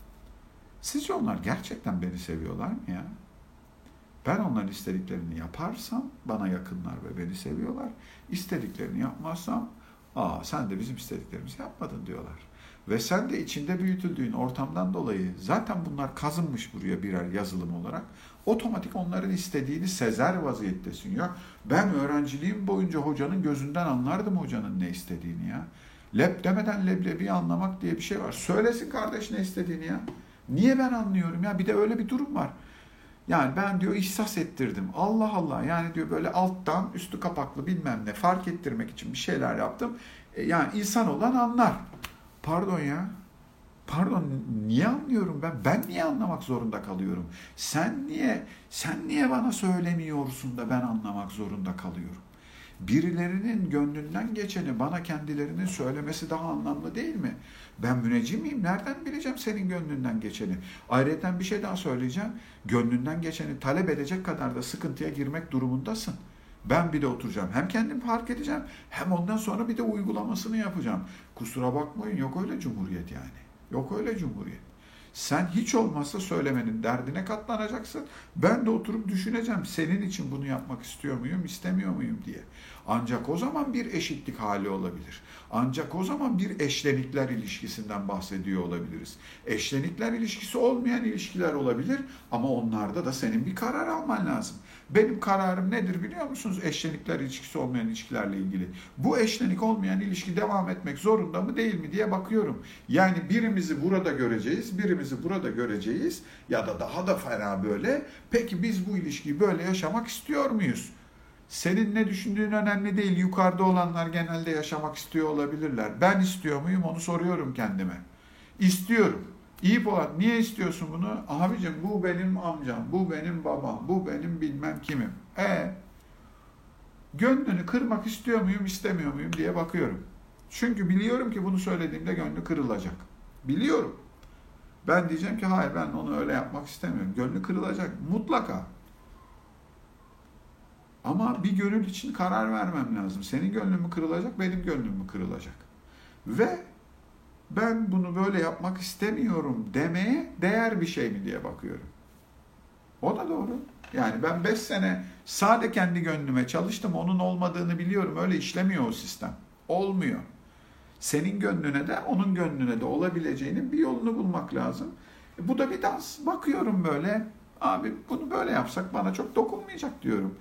sizce onlar gerçekten beni seviyorlar mı ya? Ben onların istediklerini yaparsam bana yakınlar ve beni seviyorlar. İstediklerini yapmazsam, aa sen de bizim istediklerimizi yapmadın diyorlar. Ve sen de içinde büyütüldüğün ortamdan dolayı zaten bunlar kazınmış buraya birer yazılım olarak. Otomatik onların istediğini sezer vaziyettesin ya. Ben öğrenciliğim boyunca hocanın gözünden anlardım hocanın ne istediğini ya. Leb demeden leblebi anlamak diye bir şey var. Söylesin kardeş ne istediğini ya. Niye ben anlıyorum ya? Bir de öyle bir durum var. Yani ben diyor ihsas ettirdim. Allah Allah, yani diyor böyle alttan üstü kapaklı bilmem ne fark ettirmek için bir şeyler yaptım. E, yani insan olan anlar. Pardon ya. Pardon, niye anlıyorum ben? Ben niye anlamak zorunda kalıyorum? Sen niye sen niye bana söylemiyorsun da ben anlamak zorunda kalıyorum? Birilerinin gönlünden geçeni bana kendilerinin söylemesi daha anlamlı değil mi? Ben müneccim miyim? Nereden bileceğim senin gönlünden geçeni? Ayrıca bir şey daha söyleyeceğim. Gönlünden geçeni talep edecek kadar da sıkıntıya girmek durumundasın. Ben bir de oturacağım. Hem kendim fark edeceğim, hem ondan sonra bir de uygulamasını yapacağım. Kusura bakmayın, yok öyle cumhuriyet yani. Yok öyle cumhuriyet. Sen hiç olmazsa söylemenin derdine katlanacaksın. Ben de oturup düşüneceğim senin için bunu yapmak istiyor muyum, istemiyor muyum diye. Ancak o zaman bir eşitlik hali olabilir. Ancak o zaman bir eşlenikler ilişkisinden bahsediyor olabiliriz. Eşlenikler ilişkisi olmayan ilişkiler olabilir ama onlarda da senin bir karar alman lazım. Benim kararım nedir biliyor musunuz? Eşlenikler ilişkisi olmayan ilişkilerle ilgili. Bu eşlenik olmayan ilişki devam etmek zorunda mı değil mi diye bakıyorum. Yani birimizi burada göreceğiz, birimizi burada göreceğiz ya da daha da fena böyle. Peki biz bu ilişkiyi böyle yaşamak istiyor muyuz? Senin ne düşündüğün önemli değil. Yukarıda olanlar genelde yaşamak istiyor olabilirler. Ben istiyor muyum onu soruyorum kendime. İstiyorum. İyi Polat, niye istiyorsun bunu? Abicim bu benim amcam, bu benim babam, bu benim bilmem kimim. E gönlünü kırmak istiyor muyum, istemiyor muyum diye bakıyorum. Çünkü biliyorum ki bunu söylediğimde gönlü kırılacak. Biliyorum. Ben diyeceğim ki hayır ben onu öyle yapmak istemiyorum. Gönlü kırılacak mutlaka. Ama bir gönül için karar vermem lazım. Senin gönlün mü kırılacak, benim gönlüm mü kırılacak? Ve ben bunu böyle yapmak istemiyorum demeye değer bir şey mi diye bakıyorum. O da doğru. Yani ben beş sene sade kendi gönlüme çalıştım. Onun olmadığını biliyorum. Öyle işlemiyor o sistem. Olmuyor. Senin gönlüne de onun gönlüne de olabileceğinin bir yolunu bulmak lazım. E bu da bir dans. Bakıyorum böyle. Abi bunu böyle yapsak bana çok dokunmayacak diyorum.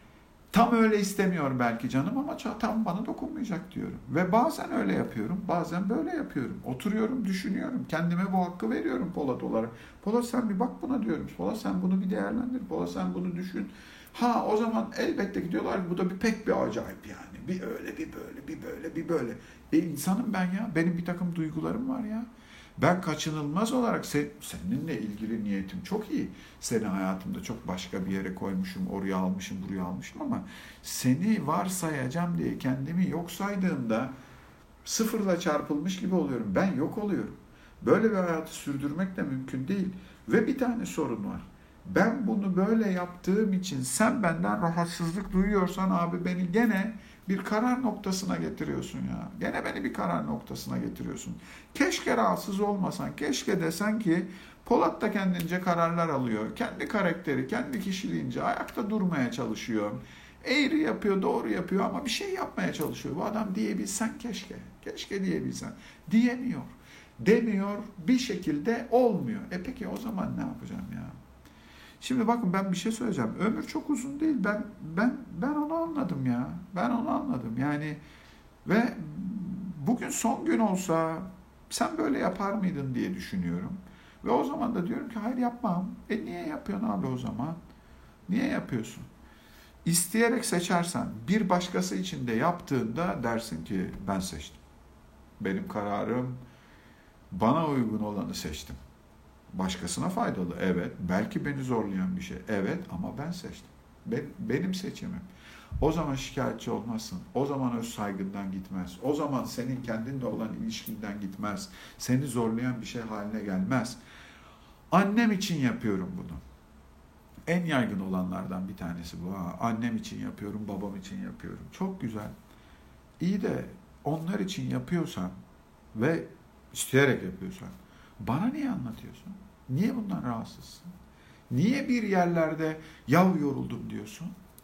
Tam öyle istemiyorum belki canım ama tam bana dokunmayacak diyorum. Ve bazen öyle yapıyorum, bazen böyle yapıyorum. Oturuyorum, düşünüyorum. Kendime bu hakkı veriyorum Polat olarak. Polat sen bir bak buna diyorum. Polat sen bunu bir değerlendir. Polat sen bunu düşün. Ha o zaman elbette ki diyorlar ki bu da bir pek bir acayip yani. Bir öyle, bir böyle, bir böyle, bir böyle. E insanım ben ya. Benim bir takım duygularım var ya. Ben kaçınılmaz olarak sen, seninle ilgili niyetim çok iyi. Seni hayatımda çok başka bir yere koymuşum, oraya almışım, buraya almışım ama seni varsayacağım diye kendimi yok saydığımda sıfırla çarpılmış gibi oluyorum. Ben yok oluyorum. Böyle bir hayatı sürdürmek de mümkün değil. Ve bir tane sorun var. Ben bunu böyle yaptığım için sen benden rahatsızlık duyuyorsan abi beni gene bir karar noktasına getiriyorsun ya. Gene beni bir karar noktasına getiriyorsun. Keşke rahatsız olmasan. Keşke desen ki Polat da kendince kararlar alıyor. Kendi karakteri, kendi kişiliğince ayakta durmaya çalışıyor. Eğri yapıyor, doğru yapıyor ama bir şey yapmaya çalışıyor. Bu adam diyebilsen keşke. Keşke diyebilsen. Diyemiyor. Demiyor. Bir şekilde olmuyor. E peki o zaman ne yapacağım ya? Şimdi bakın ben bir şey söyleyeceğim. Ömür çok uzun değil. Ben ben ben onu anladım ya. Ben onu anladım. Yani ve bugün son gün olsa sen böyle yapar mıydın diye düşünüyorum. Ve o zaman da diyorum ki hayır yapmam. E niye yapıyorsun abi o zaman? Niye yapıyorsun? İsteyerek seçersen bir başkası için de yaptığında dersin ki ben seçtim. Benim kararım bana uygun olanı seçtim. Başkasına faydalı, evet. Belki beni zorlayan bir şey, evet ama ben seçtim. Ben, benim seçimim. O zaman şikayetçi olmazsın. O zaman öz saygından gitmez. O zaman senin kendinle olan ilişkinden gitmez. Seni zorlayan bir şey haline gelmez. Annem için yapıyorum bunu. En yaygın olanlardan bir tanesi bu. Ha. Annem için yapıyorum, babam için yapıyorum. Çok güzel. İyi de onlar için yapıyorsan ve isteyerek yapıyorsan bana niye anlatıyorsun? Niye bundan rahatsızsın? Niye bir yerlerde yav yoruldum diyorsun?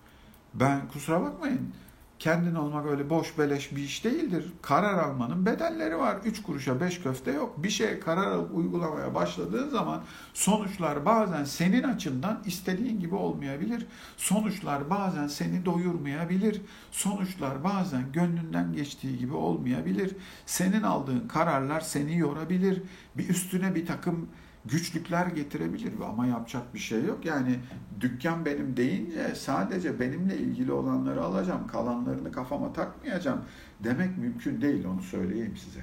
Ben kusura bakmayın. Kendin olmak öyle boş beleş bir iş değildir. Karar almanın bedelleri var. Üç kuruşa beş köfte yok. Bir şeye karar alıp uygulamaya başladığın zaman sonuçlar bazen senin açından istediğin gibi olmayabilir. Sonuçlar bazen seni doyurmayabilir. Sonuçlar bazen gönlünden geçtiği gibi olmayabilir. Senin aldığın kararlar seni yorabilir. Bir üstüne bir takım güçlükler getirebilir ama yapacak bir şey yok. Yani dükkan benim deyince sadece benimle ilgili olanları alacağım, kalanlarını kafama takmayacağım demek mümkün değil, onu söyleyeyim size.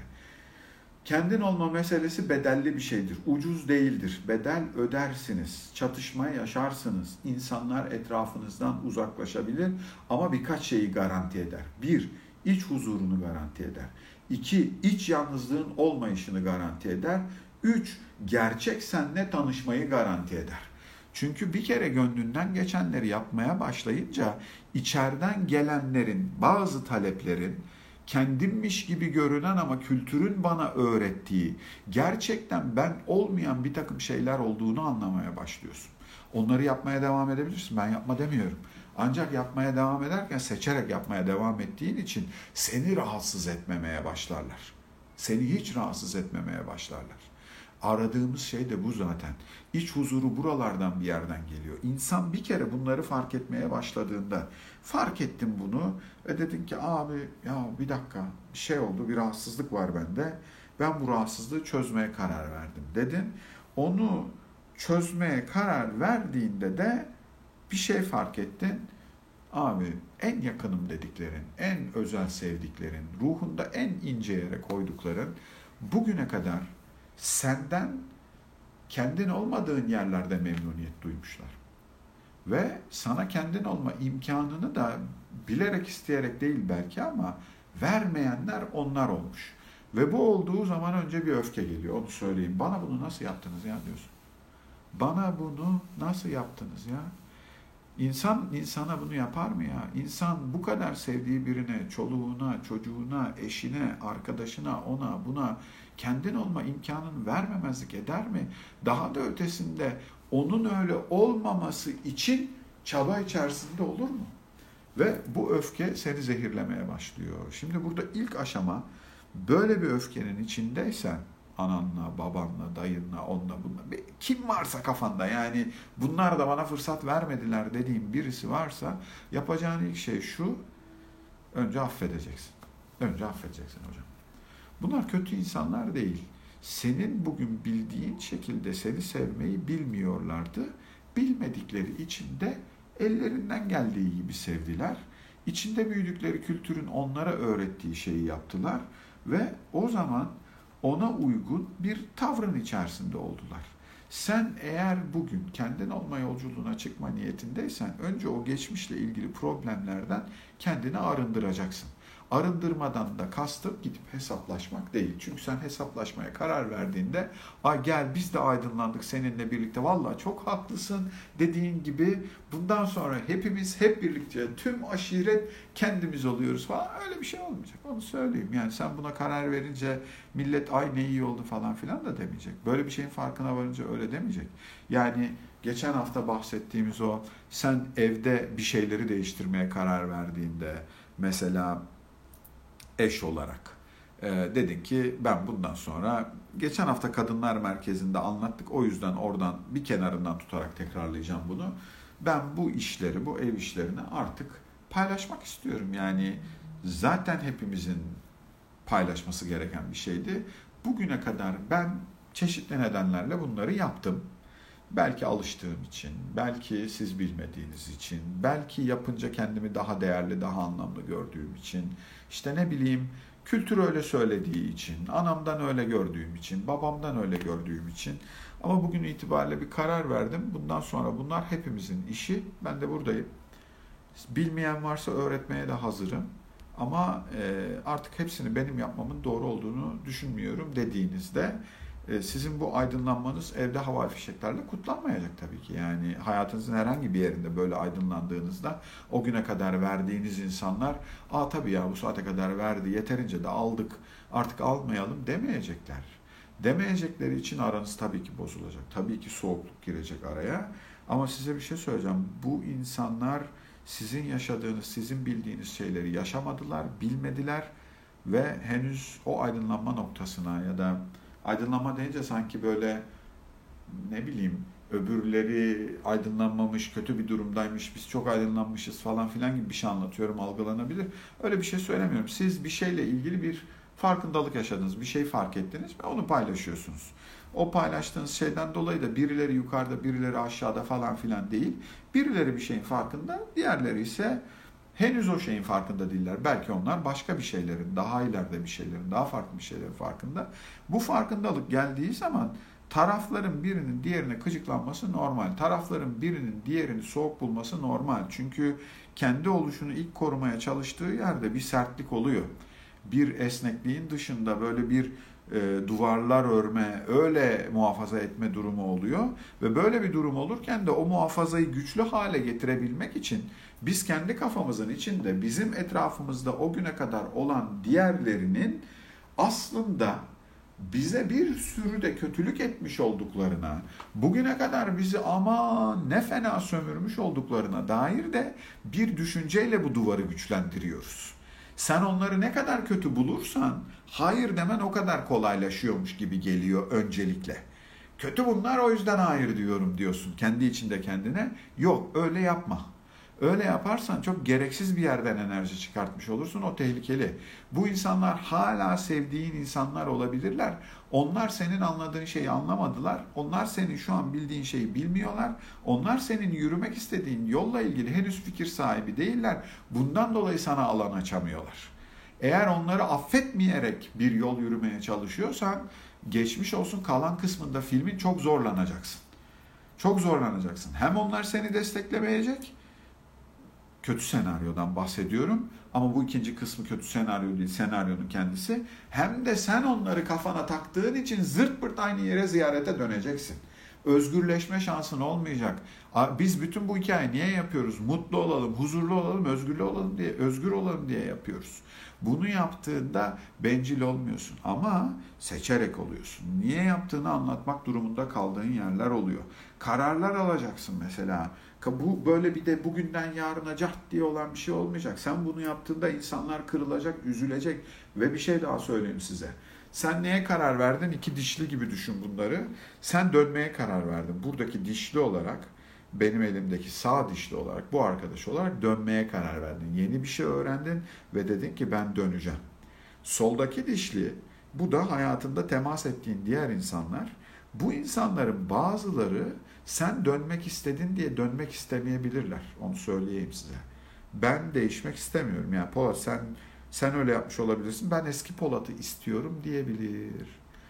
Kendin olma meselesi bedelli bir şeydir, ucuz değildir. Bedel ödersiniz, çatışma yaşarsınız, insanlar etrafınızdan uzaklaşabilir ama birkaç şeyi garanti eder. Bir, iç huzurunu garanti eder. İki, iç yalnızlığın olmayışını garanti eder. Üç, gerçek senle tanışmayı garanti eder. Çünkü bir kere gönlünden geçenleri yapmaya başlayınca içeriden gelenlerin, bazı taleplerin kendimmiş gibi görünen ama kültürün bana öğrettiği, gerçekten ben olmayan bir takım şeyler olduğunu anlamaya başlıyorsun. Onları yapmaya devam edebilirsin. Ben yapma demiyorum. Ancak yapmaya devam ederken seçerek yapmaya devam ettiğin için seni rahatsız etmemeye başlarlar. Seni hiç rahatsız etmemeye başlarlar. Aradığımız şey de bu zaten. İç huzuru buralardan bir yerden geliyor. İnsan bir kere bunları fark etmeye başladığında, fark ettim bunu ve dedin ki abi ya bir dakika bir şey oldu, bir rahatsızlık var bende. Ben bu rahatsızlığı çözmeye karar verdim dedin. Onu çözmeye karar verdiğinde de bir şey fark ettin. Abi en yakınım dediklerin, en özel sevdiklerin, ruhunda en ince yere koydukların bugüne kadar senden kendin olmadığın yerlerde memnuniyet duymuşlar. Ve sana kendin olma imkanını da bilerek isteyerek değil belki ama vermeyenler onlar olmuş. Ve bu olduğu zaman önce bir öfke geliyor. Onu söyleyeyim. Bana bunu nasıl yaptınız ya diyorsun. Bana bunu nasıl yaptınız ya? İnsan insana bunu yapar mı ya? İnsan bu kadar sevdiği birine, çoluğuna, çocuğuna, eşine, arkadaşına, ona, buna kendin olma imkanını vermemezlik eder mi? Daha da ötesinde onun öyle olmaması için çaba içerisinde olur mu? Ve bu öfke seni zehirlemeye başlıyor. Şimdi burada ilk aşama böyle bir öfkenin içindeysen, ananla, babanla, dayınla, onunla, bununla, kim varsa kafanda yani bunlar da bana fırsat vermediler dediğim birisi varsa yapacağın ilk şey şu, önce affedeceksin. Önce affedeceksin hocam. Bunlar kötü insanlar değil. Senin bugün bildiğin şekilde seni sevmeyi bilmiyorlardı. Bilmedikleri için de ellerinden geldiği gibi sevdiler. İçinde büyüdükleri kültürün onlara öğrettiği şeyi yaptılar ve o zaman ona uygun bir tavrın içerisinde oldular. Sen eğer bugün kendin olma yolculuğuna çıkma niyetindeysen önce o geçmişle ilgili problemlerden kendini arındıracaksın. Arındırmadan da kastım gidip hesaplaşmak değil. Çünkü sen hesaplaşmaya karar verdiğinde ay gel biz de aydınlandık seninle birlikte vallahi çok haklısın dediğin gibi bundan sonra hepimiz hep birlikte tüm aşiret kendimiz oluyoruz falan öyle bir şey olmayacak. Onu söyleyeyim. Yani sen buna karar verince millet ay ne iyi oldu falan filan da demeyecek. Böyle bir şeyin farkına varınca öyle demeyecek. Yani geçen hafta bahsettiğimiz o sen evde bir şeyleri değiştirmeye karar verdiğinde mesela eş olarak e, dedin ki ben bundan sonra geçen hafta kadınlar merkezinde anlattık o yüzden oradan bir kenarından tutarak tekrarlayacağım bunu. Ben bu işleri bu ev işlerini artık paylaşmak istiyorum. Yani zaten hepimizin paylaşması gereken bir şeydi. Bugüne kadar ben çeşitli nedenlerle bunları yaptım. Belki alıştığım için, belki siz bilmediğiniz için, belki yapınca kendimi daha değerli, daha anlamlı gördüğüm için, işte ne bileyim kültür öyle söylediği için, anamdan öyle gördüğüm için, babamdan öyle gördüğüm için. Ama bugün itibariyle bir karar verdim. Bundan sonra bunlar hepimizin işi. Ben de buradayım. Bilmeyen varsa öğretmeye de hazırım. Ama artık hepsini benim yapmamın doğru olduğunu düşünmüyorum dediğinizde sizin bu aydınlanmanız evde havai fişeklerle kutlanmayacak tabii ki. Yani hayatınızın herhangi bir yerinde böyle aydınlandığınızda o güne kadar verdiğiniz insanlar aa tabii ya bu saate kadar verdi yeterince de aldık artık almayalım demeyecekler. Demeyecekleri için aranız tabii ki bozulacak. Tabii ki soğukluk girecek araya. Ama size bir şey söyleyeceğim. Bu insanlar sizin yaşadığınız, sizin bildiğiniz şeyleri yaşamadılar, bilmediler ve henüz o aydınlanma noktasına ya da aydınlanma deyince sanki böyle ne bileyim öbürleri aydınlanmamış, kötü bir durumdaymış, biz çok aydınlanmışız falan filan gibi bir şey anlatıyorum, algılanabilir. Öyle bir şey söylemiyorum. Siz bir şeyle ilgili bir farkındalık yaşadınız, bir şey fark ettiniz ve onu paylaşıyorsunuz. O paylaştığınız şeyden dolayı da birileri yukarıda, birileri aşağıda falan filan değil. Birileri bir şeyin farkında, diğerleri ise henüz o şeyin farkında değiller. Belki onlar başka bir şeylerin, daha ileride bir şeylerin, daha farklı bir şeylerin farkında. Bu farkındalık geldiği zaman tarafların birinin diğerine gıcıklanması normal. Tarafların birinin diğerini soğuk bulması normal. Çünkü kendi oluşunu ilk korumaya çalıştığı yerde bir sertlik oluyor. Bir esnekliğin dışında böyle bir e, duvarlar örme, öyle muhafaza etme durumu oluyor. Ve böyle bir durum olurken de o muhafazayı güçlü hale getirebilmek için biz kendi kafamızın içinde bizim etrafımızda o güne kadar olan diğerlerinin aslında bize bir sürü de kötülük etmiş olduklarına, bugüne kadar bizi aman ne fena sömürmüş olduklarına dair de bir düşünceyle bu duvarı güçlendiriyoruz. Sen onları ne kadar kötü bulursan hayır demen o kadar kolaylaşıyormuş gibi geliyor öncelikle. Kötü bunlar, o yüzden hayır diyorum diyorsun kendi içinde kendine. Yok, öyle yapma. Öyle yaparsan çok gereksiz bir yerden enerji çıkartmış olursun. O tehlikeli. Bu insanlar hala sevdiğin insanlar olabilirler. Onlar senin anladığın şeyi anlamadılar. Onlar senin şu an bildiğin şeyi bilmiyorlar. Onlar senin yürümek istediğin yolla ilgili henüz fikir sahibi değiller. Bundan dolayı sana alan açamıyorlar. Eğer onları affetmeyerek bir yol yürümeye çalışıyorsan geçmiş olsun, kalan kısmında filmin çok zorlanacaksın. Çok zorlanacaksın. Hem onlar seni desteklemeyecek, kötü senaryodan bahsediyorum ama bu ikinci kısmı kötü senaryo değil, senaryonun kendisi. Hem de sen onları kafana taktığın için zırt pırt aynı yere ziyarete döneceksin. Özgürleşme şansın olmayacak. Biz bütün bu hikayeyi niye yapıyoruz? Mutlu olalım, huzurlu olalım, özgürlü olalım diye, özgür olalım diye yapıyoruz. Bunu yaptığında bencil olmuyorsun ama seçerek oluyorsun. Niye yaptığını anlatmak durumunda kaldığın yerler oluyor. Kararlar alacaksın mesela. Bu böyle bir de bugünden yarına cart diye olan bir şey olmayacak. Sen bunu yaptığında insanlar kırılacak, üzülecek ve bir şey daha söyleyeyim size. Sen neye karar verdin? İki dişli gibi düşün bunları. Sen dönmeye karar verdin. Buradaki dişli olarak, benim elimdeki sağ dişli olarak, bu arkadaş olarak dönmeye karar verdin. Yeni bir şey öğrendin ve dedin ki ben döneceğim. Soldaki dişli, bu da hayatında temas ettiğin diğer insanlar. Bu insanların bazıları sen dönmek istedin diye dönmek istemeyebilirler. Onu söyleyeyim size. Ben değişmek istemiyorum. Yani Polat sen sen öyle yapmış olabilirsin. Ben eski Polat'ı istiyorum diyebilir.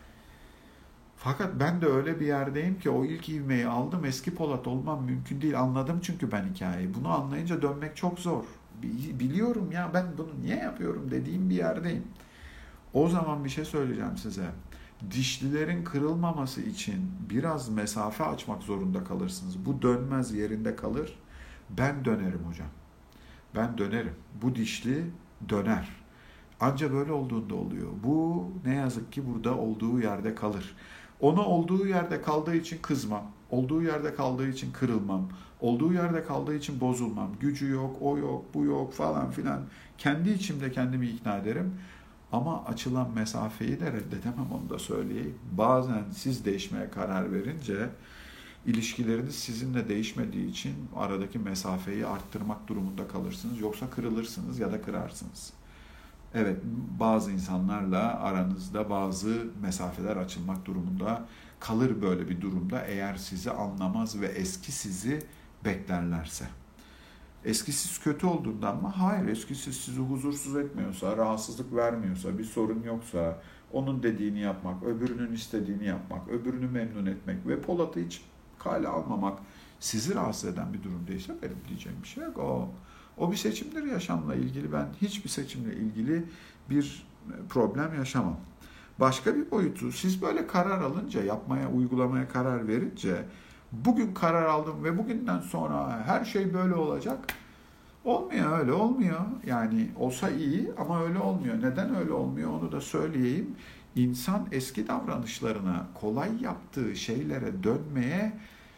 Fakat ben de öyle bir yerdeyim ki o ilk ivmeyi aldım. Eski Polat olmam mümkün değil. Anladım çünkü ben hikayeyi. Bunu anlayınca dönmek çok zor. Biliyorum ya, ben bunu niye yapıyorum dediğim bir yerdeyim. O zaman bir şey söyleyeceğim size. Dişlilerin kırılmaması için biraz mesafe açmak zorunda kalırsınız. Bu dönmez, yerinde kalır. Ben dönerim hocam. Ben dönerim. Bu dişli döner. Ancak böyle olduğunda oluyor. Bu ne yazık ki burada olduğu yerde kalır. Ona olduğu yerde kaldığı için kızmam. Olduğu yerde kaldığı için kırılmam. Olduğu yerde kaldığı için bozulmam. Gücü yok, o yok, bu yok falan filan. Kendi içimde kendimi ikna ederim. Ama açılan mesafeyi de reddedemem, onu da söyleyeyim. Bazen siz değişmeye karar verince ilişkileriniz sizinle değişmediği için aradaki mesafeyi arttırmak durumunda kalırsınız. Yoksa kırılırsınız ya da kırarsınız. Evet, bazı insanlarla aranızda bazı mesafeler açılmak durumunda kalır böyle bir durumda eğer sizi anlamaz ve eski sizi beklerlerse. Eskisiz kötü olduğundan mı? Hayır, eskisiz sizi huzursuz etmiyorsa, rahatsızlık vermiyorsa, bir sorun yoksa, onun dediğini yapmak, öbürünün istediğini yapmak, öbürünü memnun etmek ve Polat'ı hiç kale almamak sizi rahatsız eden bir durum değilse benim diyeceğim bir şey yok. O, o bir seçimdir yaşamla ilgili. Ben hiçbir seçimle ilgili bir problem yaşamam. Başka bir boyutu, siz böyle karar alınca, yapmaya, uygulamaya karar verince, bugün karar aldım ve bugünden sonra her şey böyle olacak. Olmuyor, öyle olmuyor. Yani olsa iyi ama öyle olmuyor. Neden öyle olmuyor onu da söyleyeyim. İnsan eski davranışlarına, kolay yaptığı şeylere dönmeye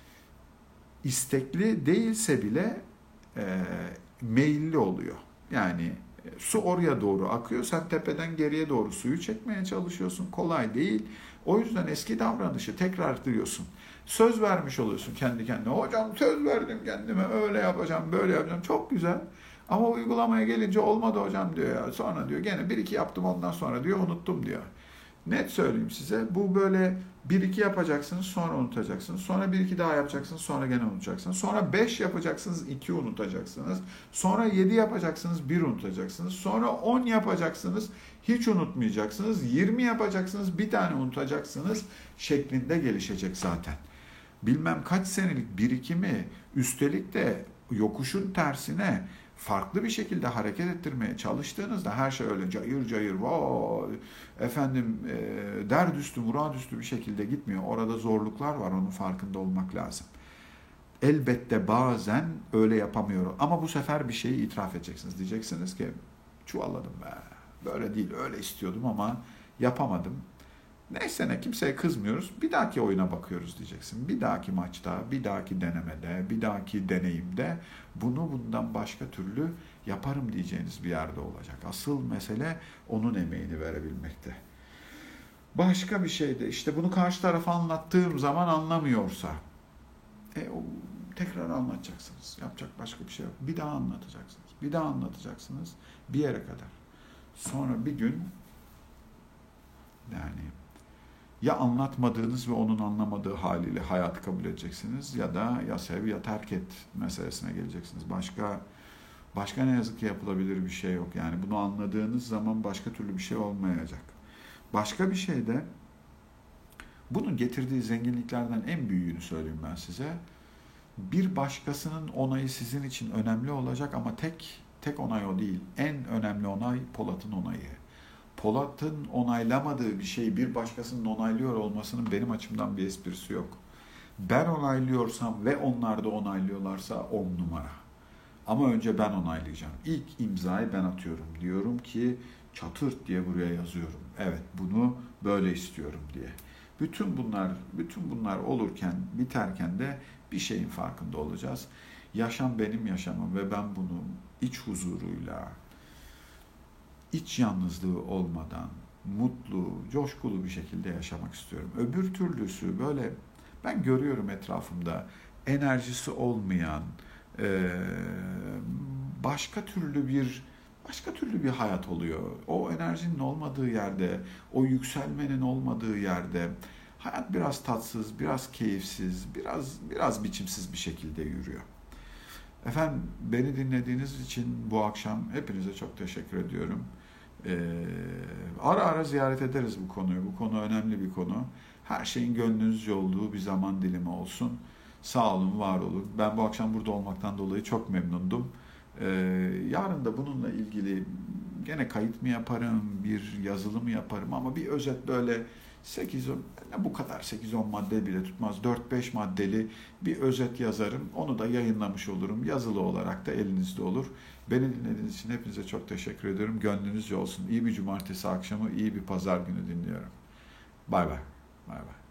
istekli değilse bile e, meyilli oluyor. Yani su oraya doğru akıyor. Sen tepeden geriye doğru suyu çekmeye çalışıyorsun. Kolay değil. O yüzden eski davranışı tekrar diyorsun. Söz vermiş oluyorsun kendi kendine. Hocam söz verdim kendime, öyle yapacağım, böyle yapacağım. Çok güzel. Ama uygulamaya gelince olmadı hocam diyor ya. Sonra diyor gene bir iki yaptım, ondan sonra diyor unuttum diyor. Net söyleyeyim size, bu böyle bir iki yapacaksınız, sonra unutacaksınız. Sonra bir iki daha yapacaksınız, sonra gene unutacaksınız. Sonra beş yapacaksınız, iki unutacaksınız. Sonra yedi yapacaksınız, bir unutacaksınız. Sonra on yapacaksınız, hiç unutmayacaksınız. yirmi yapacaksınız, bir tane unutacaksınız şeklinde gelişecek zaten. Bilmem kaç senelik birikimi, üstelik de yokuşun tersine farklı bir şekilde hareket ettirmeye çalıştığınızda her şey öyle cayır cayır, vay, efendim e, derdüstü, muradüstü bir şekilde gitmiyor. Orada zorluklar var, onun farkında olmak lazım. Elbette bazen öyle yapamıyorum ama bu sefer bir şeyi itiraf edeceksiniz. Diyeceksiniz ki çuvalladım be, böyle değil, öyle istiyordum ama yapamadım. Neyse ne, kimseye kızmıyoruz. Bir dahaki oyuna bakıyoruz diyeceksin. Bir dahaki maçta, bir dahaki denemede, bir dahaki deneyimde bunu bundan başka türlü yaparım diyeceğiniz bir yerde olacak. Asıl mesele onun emeğini verebilmekte. Başka bir şey de işte bunu karşı tarafa anlattığım zaman anlamıyorsa e, o, tekrar anlatacaksınız. Yapacak başka bir şey yok. Bir daha anlatacaksınız. Bir daha anlatacaksınız. Bir yere kadar. Sonra bir gün yani ya anlatmadığınız ve onun anlamadığı haliyle hayatı kabul edeceksiniz ya da ya sev ya terk et meselesine geleceksiniz. Başka başka ne yazık ki yapılabilir bir şey yok. Yani bunu anladığınız zaman başka türlü bir şey olmayacak. Başka bir şey de bunun getirdiği zenginliklerden en büyüğünü söyleyeyim ben size. Bir başkasının onayı sizin için önemli olacak ama tek tek onay o değil. En önemli onay Polat'ın onayı. Polat'ın onaylamadığı bir şeyi bir başkasının onaylıyor olmasının benim açımdan bir esprisi yok. Ben onaylıyorsam ve onlar da onaylıyorlarsa on numara. Ama önce ben onaylayacağım. İlk imzayı ben atıyorum. Diyorum ki çatırt diye buraya yazıyorum. Evet, bunu böyle istiyorum diye. Bütün bunlar, bütün bunlar olurken, biterken de bir şeyin farkında olacağız. Yaşam benim yaşamım ve ben bunu iç huzuruyla, iç yalnızlığı olmadan, mutlu, coşkulu bir şekilde yaşamak istiyorum. Öbür türlüsü böyle, ben görüyorum etrafımda enerjisi olmayan, başka türlü bir başka türlü bir hayat oluyor. O enerjinin olmadığı yerde, o yükselmenin olmadığı yerde hayat biraz tatsız, biraz keyifsiz, biraz biraz biçimsiz bir şekilde yürüyor. Efendim, beni dinlediğiniz için bu akşam hepinize çok teşekkür ediyorum. Ee, ara ara ziyaret ederiz bu konuyu. Bu konu önemli bir konu. Her şeyin gönlünüzce olduğu bir zaman dilimi olsun. Sağ olun, var olun. Ben bu akşam burada olmaktan dolayı çok memnundum. Ee, yarın da bununla ilgili gene kayıt mı yaparım, bir yazılı mı yaparım ama bir özet böyle sekiz on, bu kadar sekiz on madde bile tutmaz. dört beş maddeli bir özet yazarım. Onu da yayınlamış olurum. Yazılı olarak da elinizde olur. Beni dinlediğiniz için hepinize çok teşekkür ediyorum. Gönlünüzce olsun. İyi bir cumartesi akşamı, iyi bir pazar günü dinliyorum. Bay bay. Bay bay.